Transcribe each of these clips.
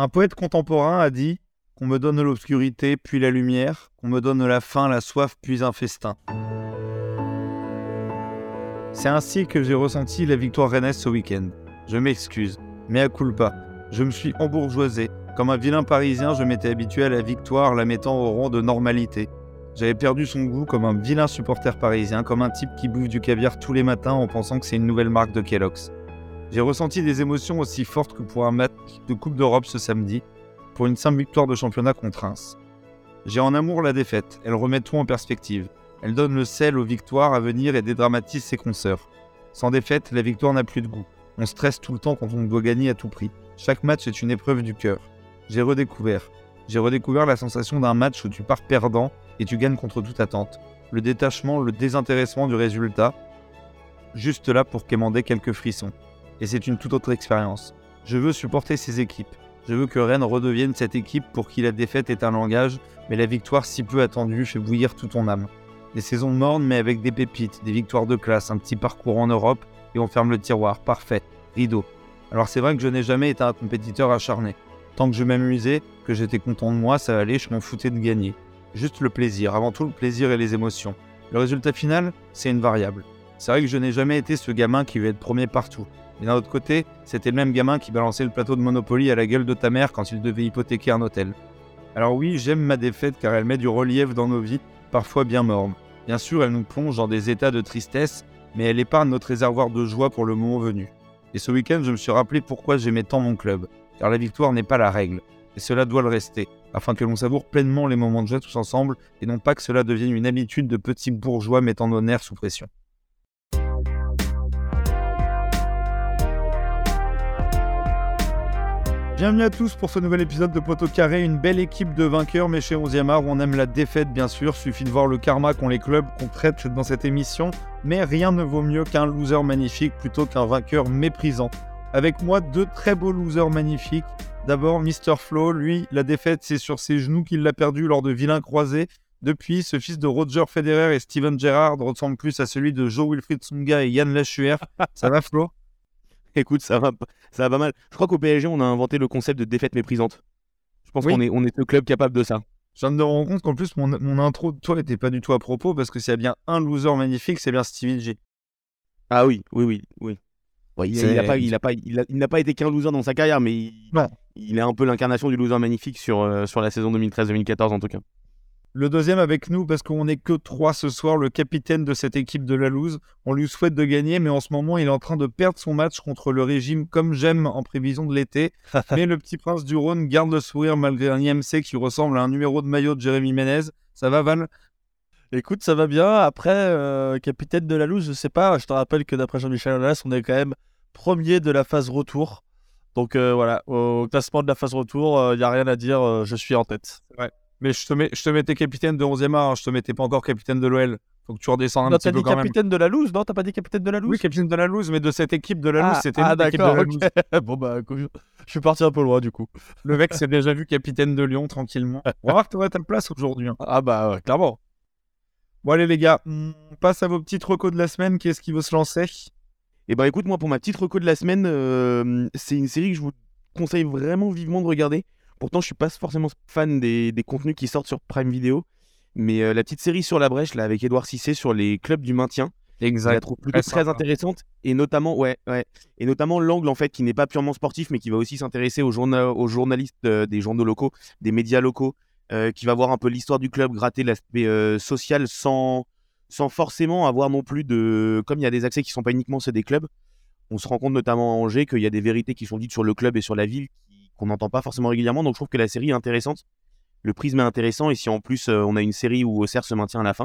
Un poète contemporain a dit qu'on me donne l'obscurité puis la lumière, qu'on me donne la faim, la soif puis un festin. C'est ainsi que j'ai ressenti la victoire rennaise ce week-end. Je m'excuse, mea culpa. Je me suis embourgeoisé. Comme un vilain parisien, je m'étais habitué à la victoire, la mettant au rang de normalité. J'avais perdu son goût comme un vilain supporter parisien, comme un type qui bouffe du caviar tous les matins en pensant que c'est une nouvelle marque de Kellogg's. J'ai ressenti des émotions aussi fortes que pour un match de Coupe d'Europe ce samedi, pour une simple victoire de championnat contre Reims. J'ai en amour la défaite, elle remet tout en perspective. Elle donne le sel aux victoires à venir et dédramatise ses consoeurs. Sans défaite, la victoire n'a plus de goût. On stresse tout le temps quand on doit gagner à tout prix. Chaque match est une épreuve du cœur. J'ai redécouvert la sensation d'un match où tu pars perdant et tu gagnes contre toute attente. Le détachement, le désintéressement du résultat, juste là pour quémander quelques frissons. Et c'est une toute autre expérience. Je veux supporter ces équipes. Je veux que Rennes redevienne cette équipe pour qui la défaite est un langage, mais la victoire si peu attendue fait bouillir toute ton âme. Des saisons mornes mais avec des pépites, des victoires de classe, un petit parcours en Europe et on ferme le tiroir, parfait, rideau. Alors c'est vrai que je n'ai jamais été un compétiteur acharné. Tant que je m'amusais, que j'étais content de moi, ça allait, je m'en foutais de gagner. Juste le plaisir, avant tout le plaisir et les émotions. Le résultat final, c'est une variable. C'est vrai que je n'ai jamais été ce gamin qui veut être premier partout. Mais d'un autre côté, c'était le même gamin qui balançait le plateau de Monopoly à la gueule de ta mère quand il devait hypothéquer un hôtel. Alors oui, j'aime ma défaite car elle met du relief dans nos vies, parfois bien mornes. Bien sûr, elle nous plonge dans des états de tristesse, mais elle épargne notre réservoir de joie pour le moment venu. Et ce week-end, je me suis rappelé pourquoi j'aimais tant mon club. Car la victoire n'est pas la règle, et cela doit le rester, afin que l'on savoure pleinement les moments de joie tous ensemble, et non pas que cela devienne une habitude de petits bourgeois mettant nos nerfs sous pression. Bienvenue à tous pour ce nouvel épisode de Poteau Carré, une belle équipe de vainqueurs, mais chez 11e art où on aime la défaite bien sûr, suffit de voir le karma qu'ont les clubs qu'on traite dans cette émission, mais rien ne vaut mieux qu'un loser magnifique plutôt qu'un vainqueur méprisant. Avec moi, deux très beaux losers magnifiques. D'abord, Mr. Flo, lui, la défaite, c'est sur ses genoux qu'il l'a perdu lors de vilains croisés. Depuis, ce fils de Roger Federer et Steven Gerrard ressemble plus à celui de Jo-Wilfried Tsonga et Yann Lachuer. Ça va, Flo ? Écoute, ça va pas mal. Je crois qu'au PSG, on a inventé le concept de défaite méprisante. Je pense qu'on est le club capable de ça. Je viens de me rendre compte qu'en plus, mon intro de toi n'était pas du tout à propos, parce que s'il y a bien un loser magnifique, c'est bien Stevie G. Ah oui. Ouais, il n'a pas été qu'un loser dans sa carrière, mais il est un peu l'incarnation du loser magnifique sur la saison 2013-2014 en tout cas. Le deuxième avec nous, parce qu'on n'est que 3 ce soir, le capitaine de cette équipe de la loose. On lui souhaite de gagner, mais en ce moment, il est en train de perdre son match contre le régime comme j'aime en prévision de l'été. Mais le petit prince du Rhône garde le sourire malgré un IMC qui ressemble à un numéro de maillot de Jérémy Ménez. Ça va, Val ? Écoute, ça va bien. Après, capitaine de la loose, je sais pas. Je te rappelle que d'après Jean-Michel Aulas, on est quand même premier de la phase retour. Donc voilà, au classement de la phase retour, il n'y a rien à dire, je suis en tête. Ouais. Mais je te mettais capitaine de 11e art, je te mettais pas encore capitaine de l'OL. Faut que tu redescendes un petit peu quand même. T'as dit capitaine de la loose, non ? T'as pas dit capitaine de la loose ? Oui, capitaine de la loose, mais de cette équipe de la loose, c'était l'équipe de d'accord, la ok. loose. Bon bah, je suis parti un peu loin du coup. Le mec s'est déjà vu capitaine de Lyon tranquillement. On va voir que t'aurais ta place aujourd'hui. Ah bah, ouais, clairement. Bon allez les gars, on passe à vos petites recos de la semaine. Qui est-ce qui veut se lancer ? Et bah écoute, moi pour ma petite reco de la semaine, c'est une série que je vous conseille vraiment vivement de regarder. Pourtant, je suis pas forcément fan des contenus qui sortent sur Prime Video, mais la petite série sur la brèche là avec Édouard Cissé sur les clubs du maintien, je la trouve plutôt très intéressante et notamment l'angle en fait qui n'est pas purement sportif mais qui va aussi s'intéresser aux journalistes des journaux locaux, des médias locaux, qui va voir un peu l'histoire du club, gratter l'aspect social sans forcément avoir non plus de, comme il y a des accès qui sont pas uniquement ceux des clubs. On se rend compte notamment à Angers qu'il y a des vérités qui sont dites sur le club et sur la ville qu'on n'entend pas forcément régulièrement, donc je trouve que la série est intéressante, le prisme est intéressant, et si en plus on a une série où Auxerre se maintient à la fin,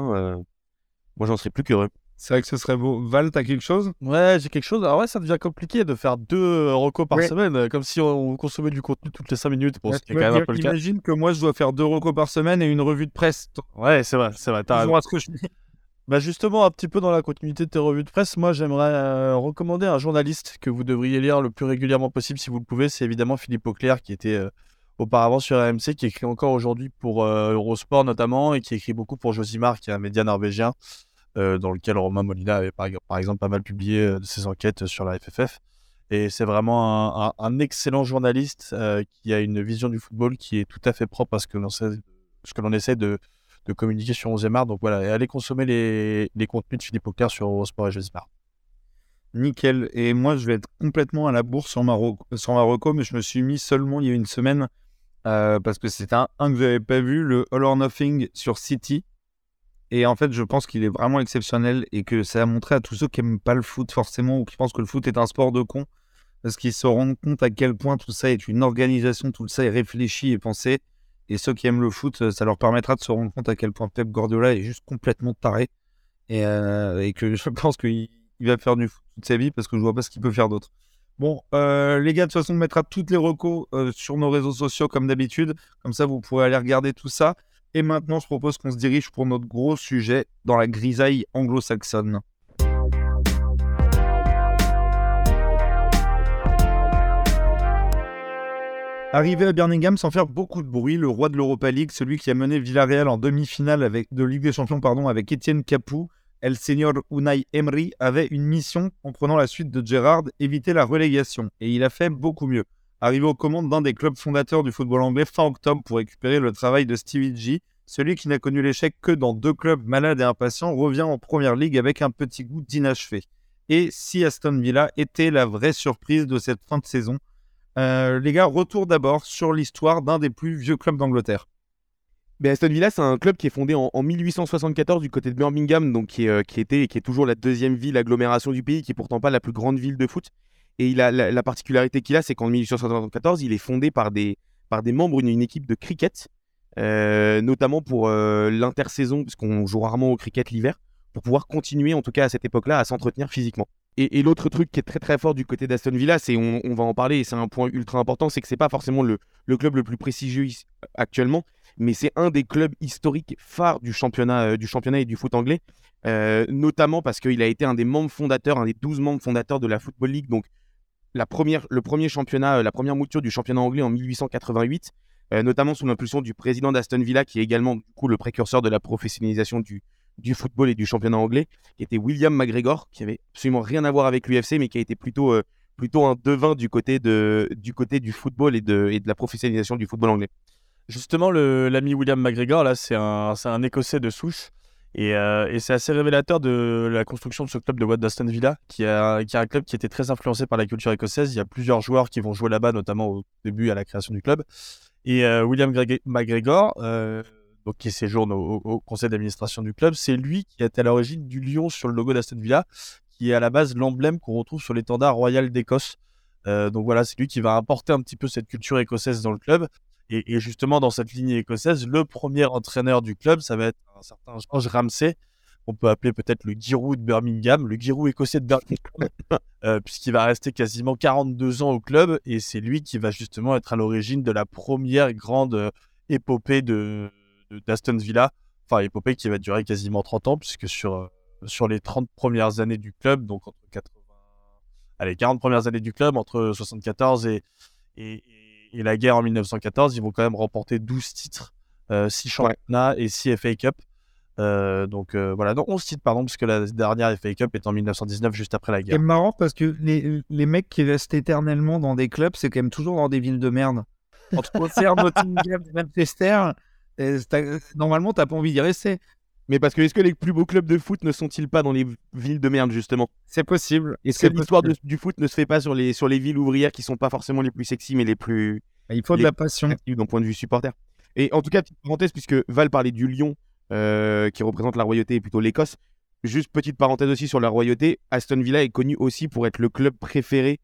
moi j'en serais plus qu'heureux. C'est vrai que ce serait beau. Val, t'as quelque chose ? Ouais, j'ai quelque chose. Alors ouais, ça devient compliqué de faire 2 recos par semaine, comme si on consommait du contenu toutes les 5 minutes. Bon, c'est quand même un peu le cas. Imagine que moi je dois faire 2 recos par semaine et une revue de presse. Ouais, c'est vrai, t'as raison. Ce que je dis. Bah justement, un petit peu dans la continuité de tes revues de presse, moi j'aimerais recommander un journaliste que vous devriez lire le plus régulièrement possible si vous le pouvez. C'est évidemment Philippe Auclair qui était auparavant sur RMC, qui écrit encore aujourd'hui pour Eurosport notamment et qui écrit beaucoup pour Josimar, qui est un média norvégien dans lequel Romain Molina avait par exemple pas mal publié de ses enquêtes sur la FFF. Et c'est vraiment un excellent journaliste qui a une vision du football qui est tout à fait propre à ce que l'on essaie de communiquer sur 11e art. Donc voilà, et allez consommer les contenus de Philippe Auclair sur Eurosport et Jesmar. Nickel. Et moi, je vais être complètement à la bourre sur ma reco, mais je me suis mis seulement il y a une semaine parce que c'était un que je n'avais pas vu, le All or Nothing sur City. Et en fait, je pense qu'il est vraiment exceptionnel et que ça a montré à tous ceux qui n'aiment pas le foot forcément ou qui pensent que le foot est un sport de con, parce qu'ils se rendent compte à quel point tout ça est une organisation, tout ça est réfléchi et pensé. Et ceux qui aiment le foot, ça leur permettra de se rendre compte à quel point Pep Guardiola est juste complètement taré et que je pense qu'il va faire du foot toute sa vie parce que je vois pas ce qu'il peut faire d'autre. Bon, les gars, de toute façon, on mettra toutes les recos sur nos réseaux sociaux comme d'habitude. Comme ça, vous pourrez aller regarder tout ça. Et maintenant, je propose qu'on se dirige pour notre gros sujet dans la grisaille anglo-saxonne. Arrivé à Birmingham sans faire beaucoup de bruit, le roi de l'Europa League, celui qui a mené Villarreal en demi-finale de Ligue des Champions avec Etienne Capoue, El Señor Unai Emery avait une mission en prenant la suite de Gerrard, éviter la relégation. Et il a fait beaucoup mieux. Arrivé aux commandes d'un des clubs fondateurs du football anglais fin octobre pour récupérer le travail de Stevie G, celui qui n'a connu l'échec que dans 2 clubs malades et impatients revient en Première Ligue avec un petit goût d'inachevé. Et si Aston Villa était la vraie surprise de cette fin de saison, les gars, retour d'abord sur l'histoire d'un des plus vieux clubs d'Angleterre. Aston Villa, c'est un club qui est fondé en 1874 du côté de Birmingham, donc qui est toujours la deuxième ville agglomération du pays, qui est pourtant pas la plus grande ville de foot. Et la particularité qu'il a, c'est qu'en 1874, il est fondé par des membres d'une équipe de cricket, notamment pour l'intersaison, puisqu'on joue rarement au cricket l'hiver, pour pouvoir continuer, en tout cas à cette époque-là, à s'entretenir physiquement. Et l'autre truc qui est très très fort du côté d'Aston Villa, c'est, on va en parler, et c'est un point ultra important, c'est que c'est pas forcément le club le plus prestigieux actuellement, mais c'est un des clubs historiques phares du championnat et du foot anglais, notamment parce qu'il a été un des membres fondateurs, un des 12 membres fondateurs de la Football League, donc le premier championnat, la première mouture du championnat anglais en 1888, notamment sous l'impulsion du président d'Aston Villa, qui est également du coup le précurseur de la professionnalisation du football et du championnat anglais, qui était William McGregor, qui avait absolument rien à voir avec l'UFC, mais qui a été plutôt un devin du côté du football et de la professionnalisation du football anglais. Justement, l'ami William McGregor, là, c'est un Écossais de souche. Et c'est assez révélateur de la construction de ce club de Wat d'Aston Villa, qui est un club qui était très influencé par la culture écossaise. Il y a plusieurs joueurs qui vont jouer là-bas, notamment au début à la création du club. Et William McGregor, donc qui séjourne au conseil d'administration du club, c'est lui qui est à l'origine du lion sur le logo d'Aston Villa, qui est à la base l'emblème qu'on retrouve sur l'étendard royal d'Écosse. Donc voilà, c'est lui qui va apporter un petit peu cette culture écossaise dans le club. Et justement, dans cette lignée écossaise, le premier entraîneur du club, ça va être un certain George Ramsay, qu'on peut appeler peut-être le Giroud de Birmingham, le Giroud écossais de Birmingham, puisqu'il va rester quasiment 42 ans au club, et c'est lui qui va justement être à l'origine de la première grande épopée d'Aston Villa, enfin épopée qui va durer quasiment 30 ans, puisque sur les 30 premières années du club, donc entre 40 premières années du club, entre 74 et la guerre en 1914, ils vont quand même remporter 12 titres, 6 championnats et 6 FA Cup. Voilà, non, 11 titres, pardon, puisque la dernière FA Cup est en 1919, juste après la guerre. C'est marrant parce que les mecs qui restent éternellement dans des clubs, c'est quand même toujours dans des villes de merde. Entre Auxerre, Nottingham et Manchester, normalement, t'as pas envie d'y rester. Mais parce que est-ce que les plus beaux clubs de foot ne sont-ils pas dans les villes de merde, justement ? C'est possible. Est-ce que l'histoire du foot ne se fait pas sur les villes ouvrières qui sont pas forcément les plus sexy, mais les plus... Il faut de la passion. D'un point de vue supporter. Et en tout cas, petite parenthèse, puisque Val parlait du lion qui représente la royauté et plutôt l'Écosse. Juste petite parenthèse aussi sur la royauté. Aston Villa est connu aussi pour être le club préféré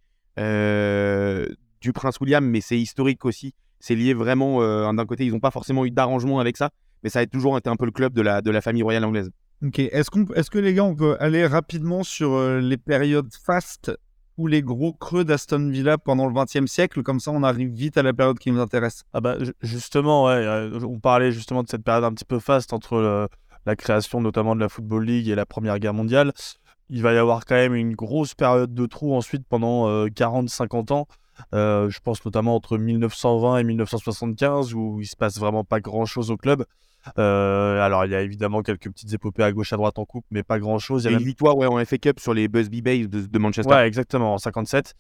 du prince William, mais c'est historique aussi. C'est lié vraiment, d'un côté, ils n'ont pas forcément eu d'arrangement avec ça, mais ça a toujours été un peu le club de la famille royale anglaise. Ok, est-ce que les gars, on peut aller rapidement sur les périodes fastes ou les gros creux d'Aston Villa pendant le XXe siècle, comme ça on arrive vite à la période qui nous intéresse. Ah bah justement, ouais, on parlait justement de cette période un petit peu faste entre la création notamment de la Football League et la Première Guerre mondiale. Il va y avoir quand même une grosse période de trou ensuite pendant 40-50 ans Je pense notamment entre 1920 et 1975 où il se passe vraiment pas grand-chose au club. Alors il y a évidemment quelques petites épopées à gauche à droite en coupe, mais pas grand-chose. Il y a une victoire en FA Cup sur les Busby Babes de Manchester. Ouais, exactement, en 57.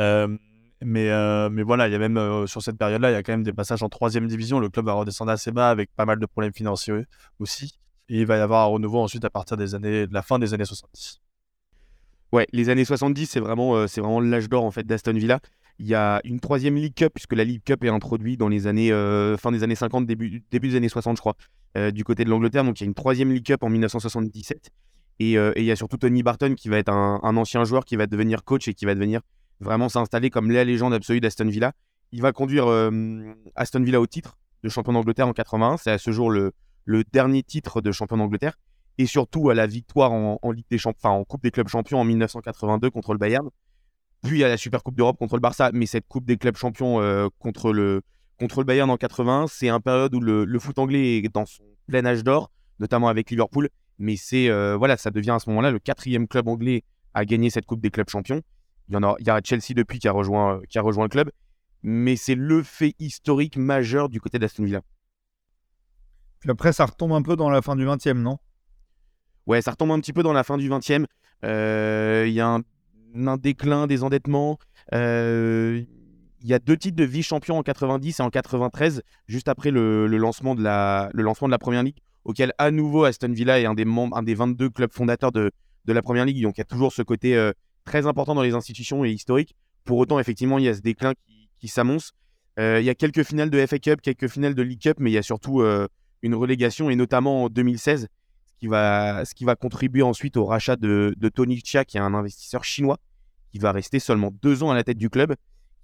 Mais voilà, il y a même sur cette période-là, il y a quand même des passages en 3e division. Le club va redescendre assez bas avec pas mal de problèmes financiers aussi. Et il va y avoir un renouveau ensuite à partir de la fin des années 70. Ouais, les années 70, c'est vraiment l'âge d'or en fait d'Aston Villa. Il y a une 3e League Cup, puisque la League Cup est introduite dans les années fin des années 50, début des années 60, je crois, du côté de l'Angleterre. Donc il y a une 3e League Cup en 1977. Et il y a surtout Tony Barton qui va être un ancien joueur qui va devenir coach et qui va devenir vraiment s'installer comme la légende absolue d'Aston Villa. Il va conduire Aston Villa au titre de champion d'Angleterre en 81. C'est à ce jour le dernier titre de champion d'Angleterre. Et surtout à la victoire en Ligue des Champions, en Coupe des clubs champions en 1982 contre le Bayern. Puis à la Super Coupe d'Europe contre le Barça. Mais cette Coupe des clubs champions contre le Bayern en 81, c'est une période où le foot anglais est dans son plein âge d'or, notamment avec Liverpool. Mais ça devient à ce moment-là le 4e club anglais à gagner cette Coupe des clubs champions. Il y a Chelsea depuis qui a rejoint le club. Mais c'est le fait historique majeur du côté d'Aston Villa. Puis après, ça retombe un peu dans la fin du 20e, non ? Ouais, ça retombe un petit peu dans la fin du 20e. Il y a un déclin des endettements. Il y a 2 titres de vice-champion en 90 et en 93, juste après le lancement de la Première Ligue, auquel à nouveau Aston Villa est un des 22 clubs fondateurs de la Première Ligue. Donc il y a toujours ce côté très important dans les institutions et historique. Pour autant, effectivement, il y a ce déclin qui s'annonce. Il y a quelques finales de FA Cup, quelques finales de League Cup, mais il y a surtout une relégation, et notamment en 2016, ce qui va contribuer ensuite au rachat de Tony Chia, qui est un investisseur chinois, qui va rester seulement 2 ans à la tête du club,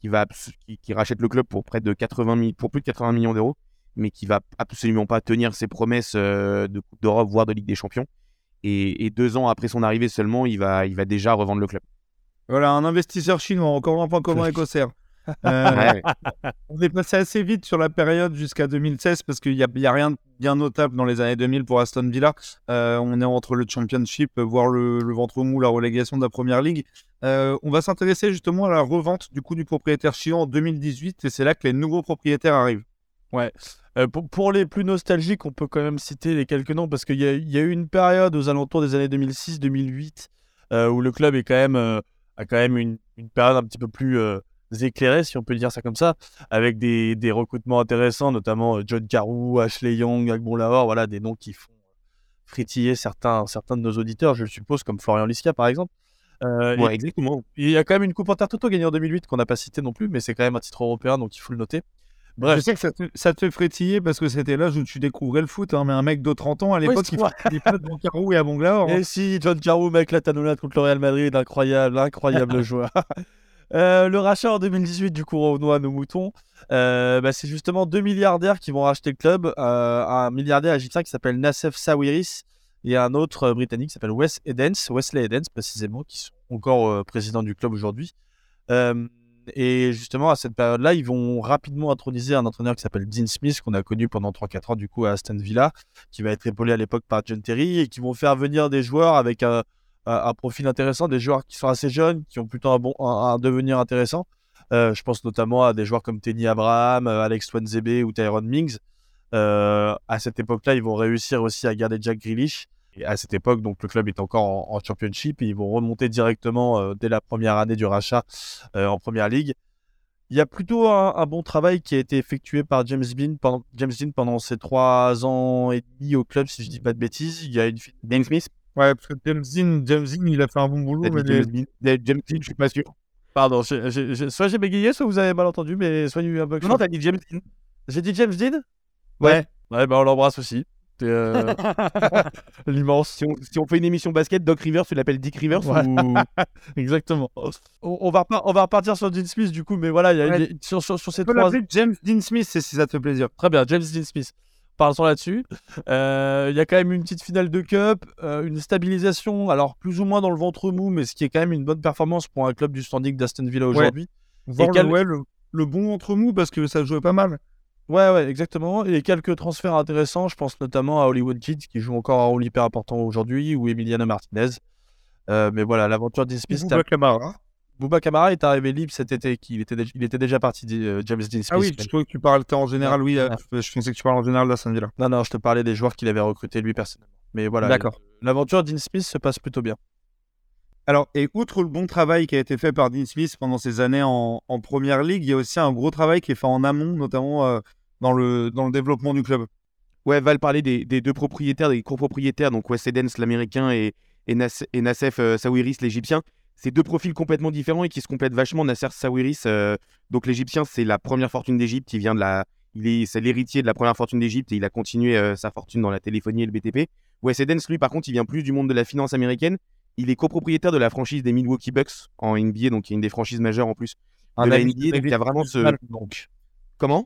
qui rachète le club pour plus de 80 millions d'euros, mais qui va absolument pas tenir ses promesses de Coupe d'Europe, voire de Ligue des Champions. Et 2 ans après son arrivée seulement, il va déjà revendre le club. Voilà, un investisseur chinois, encore un point commun avec Auxerre. Ouais. On est passé assez vite sur la période jusqu'à 2016 parce qu'il n'y a rien de bien notable dans les années 2000 pour Aston Villa. On est entre le Championship, voire le ventre mou, la relégation de la Première Ligue. On va s'intéresser justement à la revente du coup du propriétaire chinois en 2018 et c'est là que les nouveaux propriétaires arrivent. Ouais. Pour les plus nostalgiques, on peut quand même citer les quelques noms parce qu'il y a eu une période aux alentours des années 2006-2008 où le club a quand même une période un petit peu plus éclairée, si on peut dire ça comme ça, avec des recrutements intéressants, notamment John Carew, Ashley Young, Agbon Lahore, voilà, des noms qui font frétiller certains de nos auditeurs, je le suppose, comme Florian Lisca par exemple. Ouais, exactement. Il y a quand même une Coupe Intertoto gagnée en 2008 qu'on n'a pas cité non plus, mais c'est quand même un titre européen, donc il faut le noter. Bref. Je sais que ça te fait frétiller parce que c'était l'âge où tu découvrais le foot, hein, mais un mec de 30 ans à l'époque, il faisait pas de John Carew et à Bangalore. Et si, John Carew, mec, la talonnade contre le Real Madrid, incroyable joueur. Le rachat en 2018, du coup, revenons à nos moutons. C'est justement 2 milliardaires qui vont racheter le club. Un milliardaire égyptien qui s'appelle Nassef Sawiris et un autre britannique qui s'appelle Wesley Edens, précisément, qui sont encore présidents du club aujourd'hui. Et justement, à cette période-là, ils vont rapidement introniser un entraîneur qui s'appelle Dean Smith, qu'on a connu pendant 3-4 ans du coup à Aston Villa, qui va être épaulé à l'époque par John Terry, et qui vont faire venir des joueurs avec un profil intéressant, des joueurs qui sont assez jeunes, qui ont plutôt un devenir intéressant. Je pense notamment à des joueurs comme Tenny Abraham, Alex Twanzebe ou Tyrone Mings. À cette époque-là, ils vont réussir aussi à garder Jack Grealish. Et à cette époque, donc, le club est encore en Championship et ils vont remonter directement dès la première année du rachat en Première Ligue. Il y a plutôt un bon travail qui a été effectué par James Dean pendant ses 3 ans et demi au club, si je ne dis pas de bêtises. Il y a une Dan Smith. Ouais, parce que James Dean, il a fait un bon boulot. James Dean, je suis pas sûr. Pardon, soit j'ai bégayé, soit vous avez mal entendu, mais soit il y a eu un bug. Non, t'as dit James Dean. J'ai dit James Dean ? Ouais. Ouais, on l'embrasse aussi. L'immense. Si on fait une émission basket, Doc Rivers, tu l'appelles Dick Rivers ou... Exactement. On va repartir sur Dean Smith du coup, mais voilà, sur ces 3... James Dean Smith, si ça te fait plaisir. Très bien, James Dean Smith. Parlons là-dessus. Il y a quand même une petite finale de Cup, une stabilisation, alors plus ou moins dans le ventre mou, mais ce qui est quand même une bonne performance pour un club du standing d'Aston Villa aujourd'hui. Le bon ventre mou parce que ça jouait pas mal. Ouais, exactement. Et quelques transferts intéressants, je pense notamment à Hollywood Kids qui joue encore un rôle hyper important aujourd'hui, ou Emiliano Martinez. Mais voilà, l'aventure des Smith. Bouba Camara est arrivé libre cet été, il était déjà parti, James Dean Smith. Ah oui, je trouvais que tu parlais en général, oui, je pensais que tu parlais en général d'Aston Villa. Non, je te parlais des joueurs qu'il avait recrutés lui personnellement. Mais voilà, D'accord. L'aventure Dean Smith se passe plutôt bien. Alors, et outre le bon travail qui a été fait par Dean Smith pendant ces années en Première Ligue, il y a aussi un gros travail qui est fait en amont, notamment dans le développement du club. Ouais, Val parlait des deux propriétaires, des copropriétaires, donc Wes Edens, l'américain, et Nassef Sawiris, l'égyptien. C'est deux profils complètement différents et qui se complètent vachement. Nasser Sawiris, donc l'égyptien, c'est la première fortune d'Égypte. C'est l'héritier de la première fortune d'Égypte et il a continué sa fortune dans la téléphonie et le BTP. Wes Edens, lui, par contre, il vient plus du monde de la finance américaine. Il est copropriétaire de la franchise des Milwaukee Bucks en NBA, donc qui est une des franchises majeures en plus de la NBA. Donc il y a vraiment Comment ?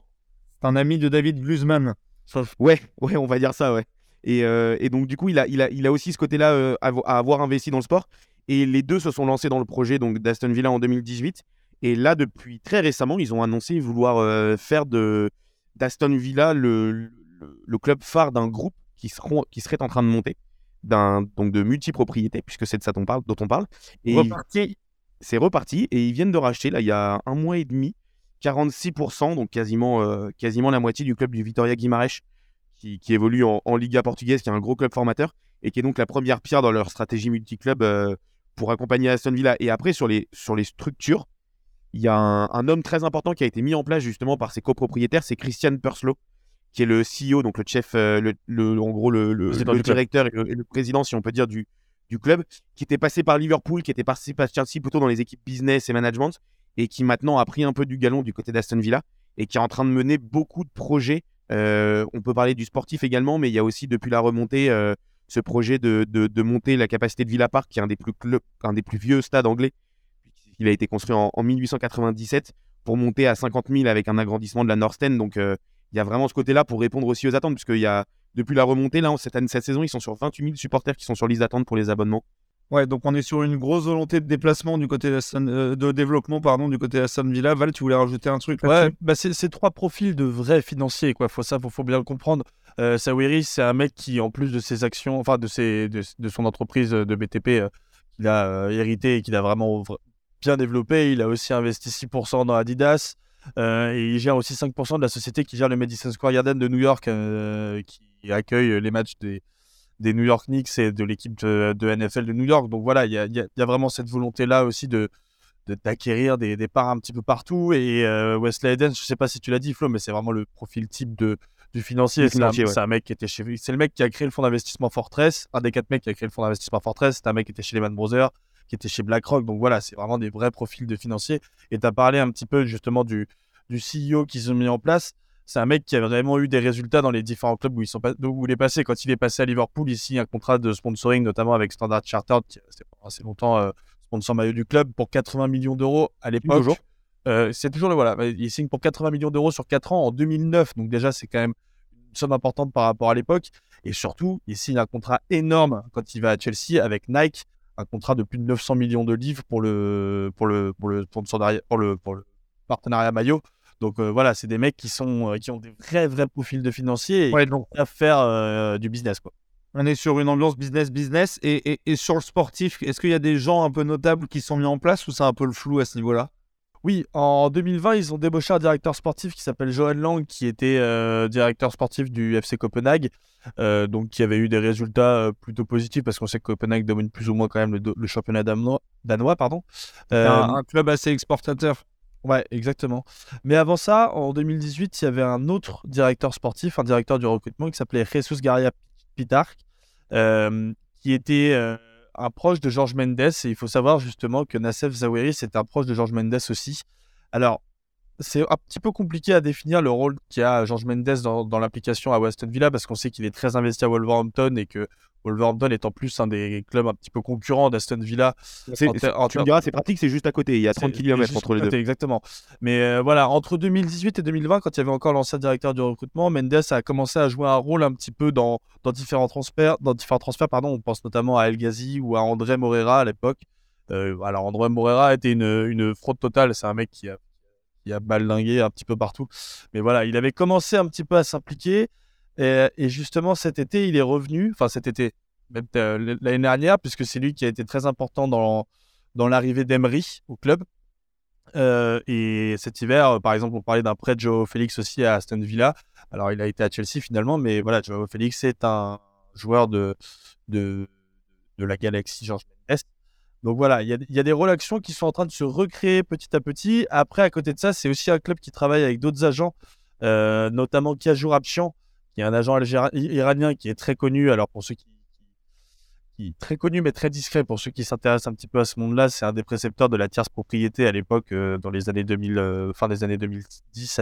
C'est un ami de David Glusman. Ouais, on va dire ça, ouais. Et donc du coup, il a aussi ce côté-là à avoir investi dans le sport. Et les deux se sont lancés dans le projet donc d'Aston Villa en 2018. Et là, depuis très récemment, ils ont annoncé vouloir faire d'Aston Villa le club phare d'un groupe qui serait en train de monter, donc de multipropriété, puisque c'est de ça dont on parle. Et c'est reparti. Et ils viennent de racheter, là, il y a 1 mois et demi, 46%, donc quasiment la moitié du club du Vitória Guimarães, qui évolue en Liga portugaise, qui est un gros club formateur, et qui est donc la première pierre dans leur stratégie multiclub pour accompagner Aston Villa. Et après, sur les structures, il y a un homme très important qui a été mis en place justement par ses copropriétaires, c'est Christian Purslow, qui est le CEO, donc le chef, en gros le directeur et le président, si on peut dire, du club, qui était passé par Liverpool, qui était passé par Chelsea plutôt dans les équipes business et management, et qui maintenant a pris un peu du galon du côté d'Aston Villa, et qui est en train de mener beaucoup de projets. On peut parler du sportif également, mais il y a aussi depuis la remontée ce projet de monter la capacité de Villa Park, qui est un des plus vieux stades anglais. Il a été construit en 1897 pour monter à 50 000 avec un agrandissement de la North End. Donc il y a vraiment ce côté-là pour répondre aussi aux attentes, puisqu'il y a depuis la remontée, là, cette saison, ils sont sur 28 000 supporters qui sont sur liste d'attente pour les abonnements. Ouais, donc on est sur une grosse volonté de déplacement du côté de développement, du côté d'Aston Villa. Val, tu voulais rajouter un truc là-dessus ? Ouais, c'est 3 profils de vrais financiers, quoi. Faut bien le comprendre. Sawiris, c'est un mec qui, en plus de ses actions, enfin de son entreprise de BTP qu'il a hérité et qu'il a vraiment bien développé, il a aussi investi 6% dans Adidas. Et il gère aussi 5% de la société qui gère le Madison Square Garden de New York, qui accueille les matchs des New York Knicks et de l'équipe de NFL de New York. Donc voilà, il y a vraiment cette volonté-là aussi d'acquérir des parts un petit peu partout. Et Wesley Edens, je ne sais pas si tu l'as dit, Flo, mais c'est vraiment le profil type du financier. C'est un mec qui était c'est le mec qui a créé le fonds d'investissement Fortress, un des 4 mecs qui a créé le fonds d'investissement Fortress. C'est un mec qui était chez Lehman Brothers, qui était chez BlackRock. Donc voilà, c'est vraiment des vrais profils de financiers. Et tu as parlé un petit peu justement du CEO qu'ils ont mis en place. C'est un mec qui a vraiment eu des résultats dans les différents clubs où il est passé. Quand il est passé à Liverpool, il signe un contrat de sponsoring, notamment avec Standard Chartered, qui c'était pendant assez longtemps sponsor maillot du club, pour 80 millions d'euros à l'époque. Toujours. C'est toujours il signe pour 80 millions d'euros sur 4 ans en 2009. Donc déjà, c'est quand même une somme importante par rapport à l'époque. Et surtout, il signe un contrat énorme quand il va à Chelsea avec Nike, un contrat de plus de 900 millions de livres pour le partenariat maillot. Donc voilà, c'est des mecs qui ont des vrais profils de financiers et qui savent faire du business, quoi. On est sur une ambiance business. Et sur le sportif, est-ce qu'il y a des gens un peu notables qui sont mis en place ou c'est un peu le flou à ce niveau-là ? Oui, en 2020, ils ont débauché un directeur sportif qui s'appelle Johan Lang, qui était directeur sportif du FC Copenhague, donc qui avait eu des résultats plutôt positifs, parce qu'on sait que Copenhague domine plus ou moins quand même le championnat danois. Un club assez exportateur. Ouais, exactement. Mais avant ça, en 2018, il y avait un autre directeur sportif, un directeur du recrutement qui s'appelait Jesus Garcia Pitarch, qui était un proche de Jorge Mendes. Et il faut savoir justement que Nassef Sawiris est un proche de Jorge Mendes aussi. Alors, c'est un petit peu compliqué à définir le rôle qu'a Jorge Mendes dans l'application à Aston Villa, parce qu'on sait qu'il est très investi à Wolverhampton et que Wolverhampton est en plus un des clubs un petit peu concurrents d'Aston Villa. Tu me diras, c'est pratique, c'est juste à côté. Il y a 30 km entre les deux. Exactement. Mais voilà, entre 2018 et 2020, quand il y avait encore l'ancien directeur du recrutement, Mendes a commencé à jouer un rôle un petit peu dans différents transferts. On pense notamment à El Ghazi ou à André Moreira à l'époque. Alors, André Moreira était une fraude totale. C'est un mec qui a baldingué un petit peu partout. Mais voilà, il avait commencé un petit peu à s'impliquer. Et justement, cet été, il est revenu. Enfin, cet été, même l'année dernière, puisque c'est lui qui a été très important dans l'arrivée d'Emery au club. Et cet hiver, par exemple, on parlait d'un prêt de Joao Félix aussi à Aston Villa. Alors, il a été à Chelsea finalement, mais voilà, Joao Félix est un joueur de la galaxie George Mendes. Donc voilà, il y a des relations qui sont en train de se recréer petit à petit. Après, à côté de ça, c'est aussi un club qui travaille avec d'autres agents, notamment Kajur Abchian, qui est un agent iranien qui est très connu. Alors, pour ceux qui très connu mais très discret pour ceux qui s'intéressent un petit peu à ce monde-là, c'est un des précepteurs de la tierce propriété à l'époque, dans les années 2000, fin des années 2010,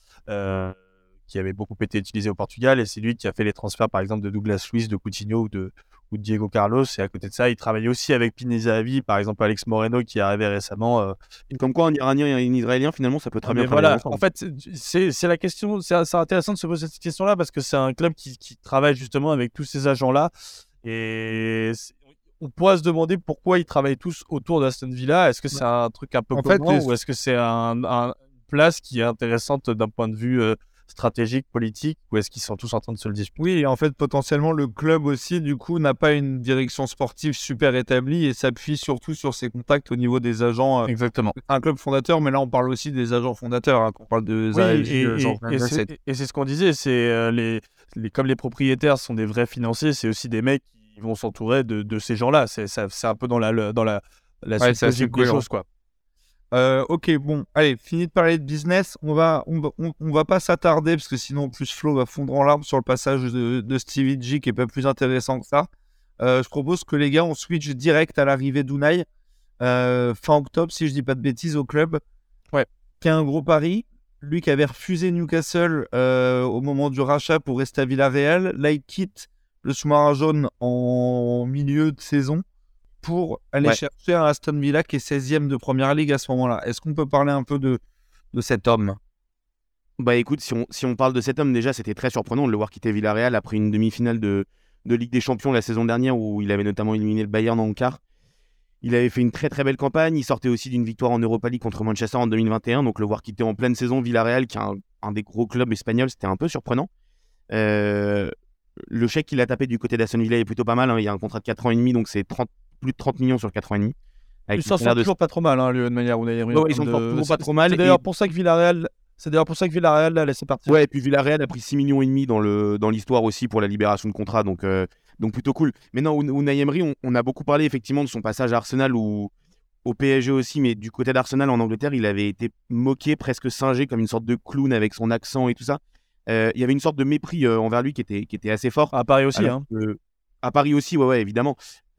qui avait beaucoup été utilisé au Portugal, et c'est lui qui a fait les transferts par exemple de Douglas Luiz, de Coutinho ou de Diego Carlos. Et à côté de ça, il travaillait aussi avec Pini Zahavi, par exemple Alex Moreno qui est arrivé récemment. Comme quoi un Iranien et un Israélien finalement ça peut très bien travailler ensemble. En fait, c'est la question, c'est intéressant de se poser cette question-là parce que c'est un club qui travaille justement avec tous ces agents-là. Et on pourrait se demander pourquoi ils travaillent tous autour d'Aston Villa. Est-ce que c'est un truc un peu commun ou est-ce que c'est une place qui est intéressante d'un point de vue stratégique, politique, ou est-ce qu'ils sont tous en train de se le disputer? Oui, en fait, potentiellement, le club aussi, du coup, n'a pas une direction sportive super établie et s'appuie surtout sur ses contacts au niveau des agents. Exactement. C'est un club fondateur, mais là, on parle aussi des agents fondateurs. Quand on parle de Zahavi, et c'est ce qu'on disait, c'est comme les propriétaires sont des vrais financiers, c'est aussi des mecs qui vont s'entourer de ces gens-là. C'est un peu dans la suite logique des choses, quoi. Ok, bon, allez, fini de parler de business. On va pas s'attarder parce que sinon, en plus, Flo va fondre en larmes sur le passage de Stevie G qui est pas plus intéressant que ça. Je propose que les gars, on switch direct à l'arrivée d'Unai fin octobre, si je dis pas de bêtises, au club. Ouais. Qui a un gros pari. Lui qui avait refusé Newcastle au moment du rachat pour rester à Villarreal. Là, il quitte le sous-marin jaune en milieu de saison pour aller chercher un Aston Villa qui est 16e de Première Ligue à ce moment-là. Est-ce qu'on peut parler un peu de cet homme ? Bah écoute, si on parle de cet homme, déjà, c'était très surprenant de le voir quitter Villarreal après une demi-finale de Ligue des Champions la saison dernière où il avait notamment éliminé le Bayern en quart. Il avait fait une très très belle campagne. Il sortait aussi d'une victoire en Europa League contre Manchester en 2021. Donc le voir quitter en pleine saison Villarreal, qui est un des gros clubs espagnols, c'était un peu surprenant. Le chèque qu'il a tapé du côté d'Aston Villa est plutôt pas mal. Il y a un contrat de 4 ans et demi, donc c'est plus de 30 millions sur 4 ans et demi. Ils s'en sortent toujours pas trop mal, lui, de manière où ils s'en sortent toujours pas trop mal. C'est d'ailleurs pour ça que Villarreal l'a laissé partir. Ouais, et puis Villarreal a pris 6 millions et demi dans l'histoire aussi pour la libération de contrat, donc plutôt cool. Mais non, Unai Emery, on a beaucoup parlé effectivement de son passage à Arsenal ou au PSG aussi, mais du côté d'Arsenal en Angleterre, il avait été moqué, presque singé comme une sorte de clown avec son accent et tout ça. Il y avait une sorte de mépris envers lui qui était assez fort. À Paris aussi, à Paris aussi, ouais, évidemment.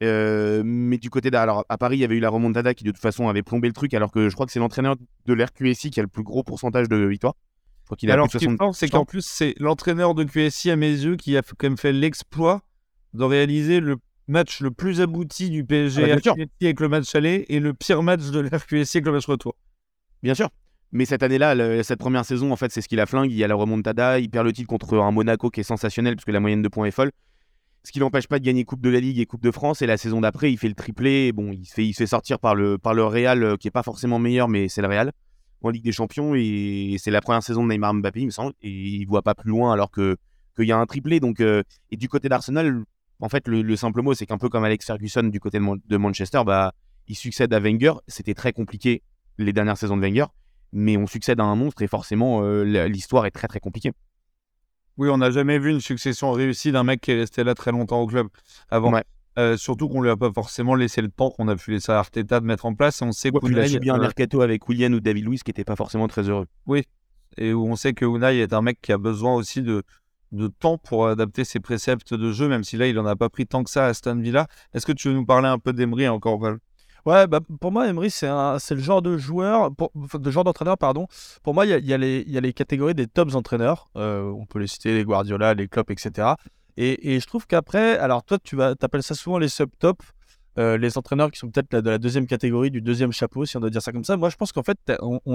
Mais du côté alors à Paris, il y avait eu la remontada qui de toute façon avait plombé le truc, alors que je crois que c'est l'entraîneur de l'RQSI qui a le plus gros pourcentage de victoires. Je crois qu'il a alors, ce qui est fort, c'est qu'en plus, c'est l'entraîneur de QSI à mes yeux qui a quand même fait l'exploit de réaliser le match le plus abouti du PSG avec le match aller et le pire match de l'RQSI avec le match retour. Bien sûr. Mais cette année-là, cette première saison, en fait, c'est ce qui la flingue. Il y a la remontada, il perd le titre contre un Monaco qui est sensationnel parce que la moyenne de points est folle. Ce qui l'empêche pas de gagner Coupe de la Ligue et Coupe de France. Et la saison d'après, il fait le triplé. Bon, il se fait sortir par le Real, qui est pas forcément meilleur, mais c'est le Real en Ligue des Champions. Et c'est la première saison de Neymar Mbappé, il me semble. Et il voit pas plus loin alors qu'il y a un triplé. Donc, et du côté d'Arsenal, en fait, le simple mot, c'est qu'un peu comme Alex Ferguson du côté de Manchester, il succède à Wenger. C'était très compliqué les dernières saisons de Wenger. Mais on succède à un monstre et forcément, l'histoire est très très compliquée. Oui, on n'a jamais vu une succession réussie d'un mec qui est resté là très longtemps au club avant. Ouais. Surtout qu'on lui a pas forcément laissé le temps qu'on a pu laisser à Arteta de mettre en place. Et on sait qu'il a subi un mercato avec Willian ou David Luiz qui n'était pas forcément très heureux. Oui, et où on sait que Unai est un mec qui a besoin aussi de temps pour adapter ses préceptes de jeu, même si là, il n'en a pas pris tant que ça à Aston Villa. Est-ce que tu veux nous parler un peu d'Emery encore, Val ? Ouais, pour moi, Emery, c'est le genre de joueur, d'entraîneur, pardon. Pour moi, il y a les catégories des tops entraîneurs. On peut les citer, les Guardiola, les Klopp, etc. Et je trouve qu'après, alors toi, t'appelles ça souvent les sub-top, les entraîneurs qui sont peut-être de la deuxième catégorie, du deuxième chapeau, si on doit dire ça comme ça. Moi, je pense qu'en fait,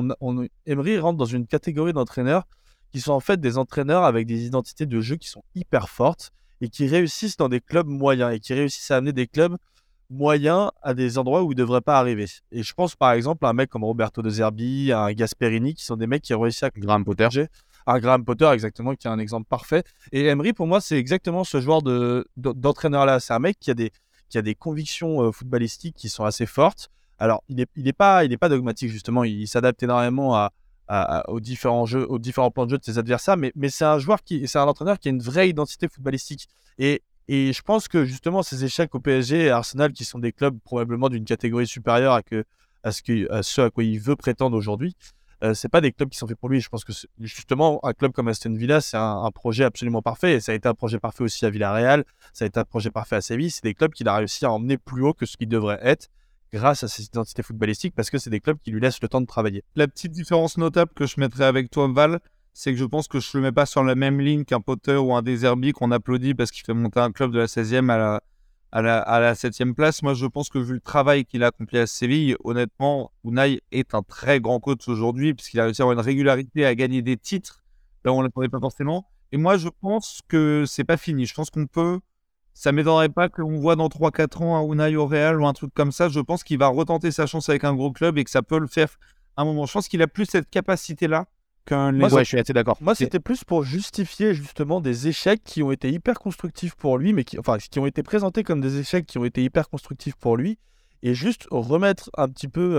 Emery rentre dans une catégorie d'entraîneurs qui sont en fait des entraîneurs avec des identités de jeu qui sont hyper fortes et qui réussissent dans des clubs moyens et qui réussissent à amener des clubs moyens à des endroits où ils ne devraient pas arriver. Et je pense par exemple à un mec comme Roberto De Zerbi, à un Gasperini, qui sont des mecs qui ont réussi à Graham Potter. Un Graham Potter, exactement, qui est un exemple parfait. Et Emery, pour moi, c'est exactement ce genre d'entraîneur-là. C'est un mec qui a des convictions footballistiques qui sont assez fortes, Alors, il est pas dogmatique, justement. Il s'adapte énormément aux différents jeux, aux différents plans de jeu de ses adversaires. Mais c'est un entraîneur qui a une vraie identité footballistique. Et je pense que, justement, ces échecs au PSG et à Arsenal, qui sont des clubs probablement d'une catégorie supérieure à ce à quoi il veut prétendre aujourd'hui, c'est pas des clubs qui sont faits pour lui. Je pense que justement, un club comme Aston Villa, c'est un projet absolument parfait. Et ça a été un projet parfait aussi à Villarreal. Ça a été un projet parfait à Séville. C'est des clubs qu'il a réussi à emmener plus haut que ce qu'ils devraient être grâce à ses identités footballistiques, parce que c'est des clubs qui lui laissent le temps de travailler. La petite différence notable que je mettrais avec toi, Val, c'est que je pense que je ne le mets pas sur la même ligne qu'un Potter ou un De Zerbi qu'on applaudit parce qu'il fait monter un club de la 16e à la 7e place. Moi, je pense que vu le travail qu'il a accompli à Séville, honnêtement, Unai est un très grand coach aujourd'hui puisqu'il a réussi à avoir une régularité, à gagner des titres. Là, on ne l'attendait pas forcément. Et moi, je pense que c'est pas fini. Je pense qu'on peut... Ça ne m'étonnerait pas qu'on voit dans 3-4 ans un Unai au Real ou un truc comme ça. Je pense qu'il va retenter sa chance avec un gros club et que ça peut le faire à un moment. Je pense qu'il a plus cette capacité-là qu'un... Ouais, je suis assez d'accord. Moi, c'était plus pour justifier justement des échecs qui ont été hyper constructifs pour lui, mais qui ont été présentés comme des échecs qui ont été hyper constructifs pour lui, et juste remettre un petit peu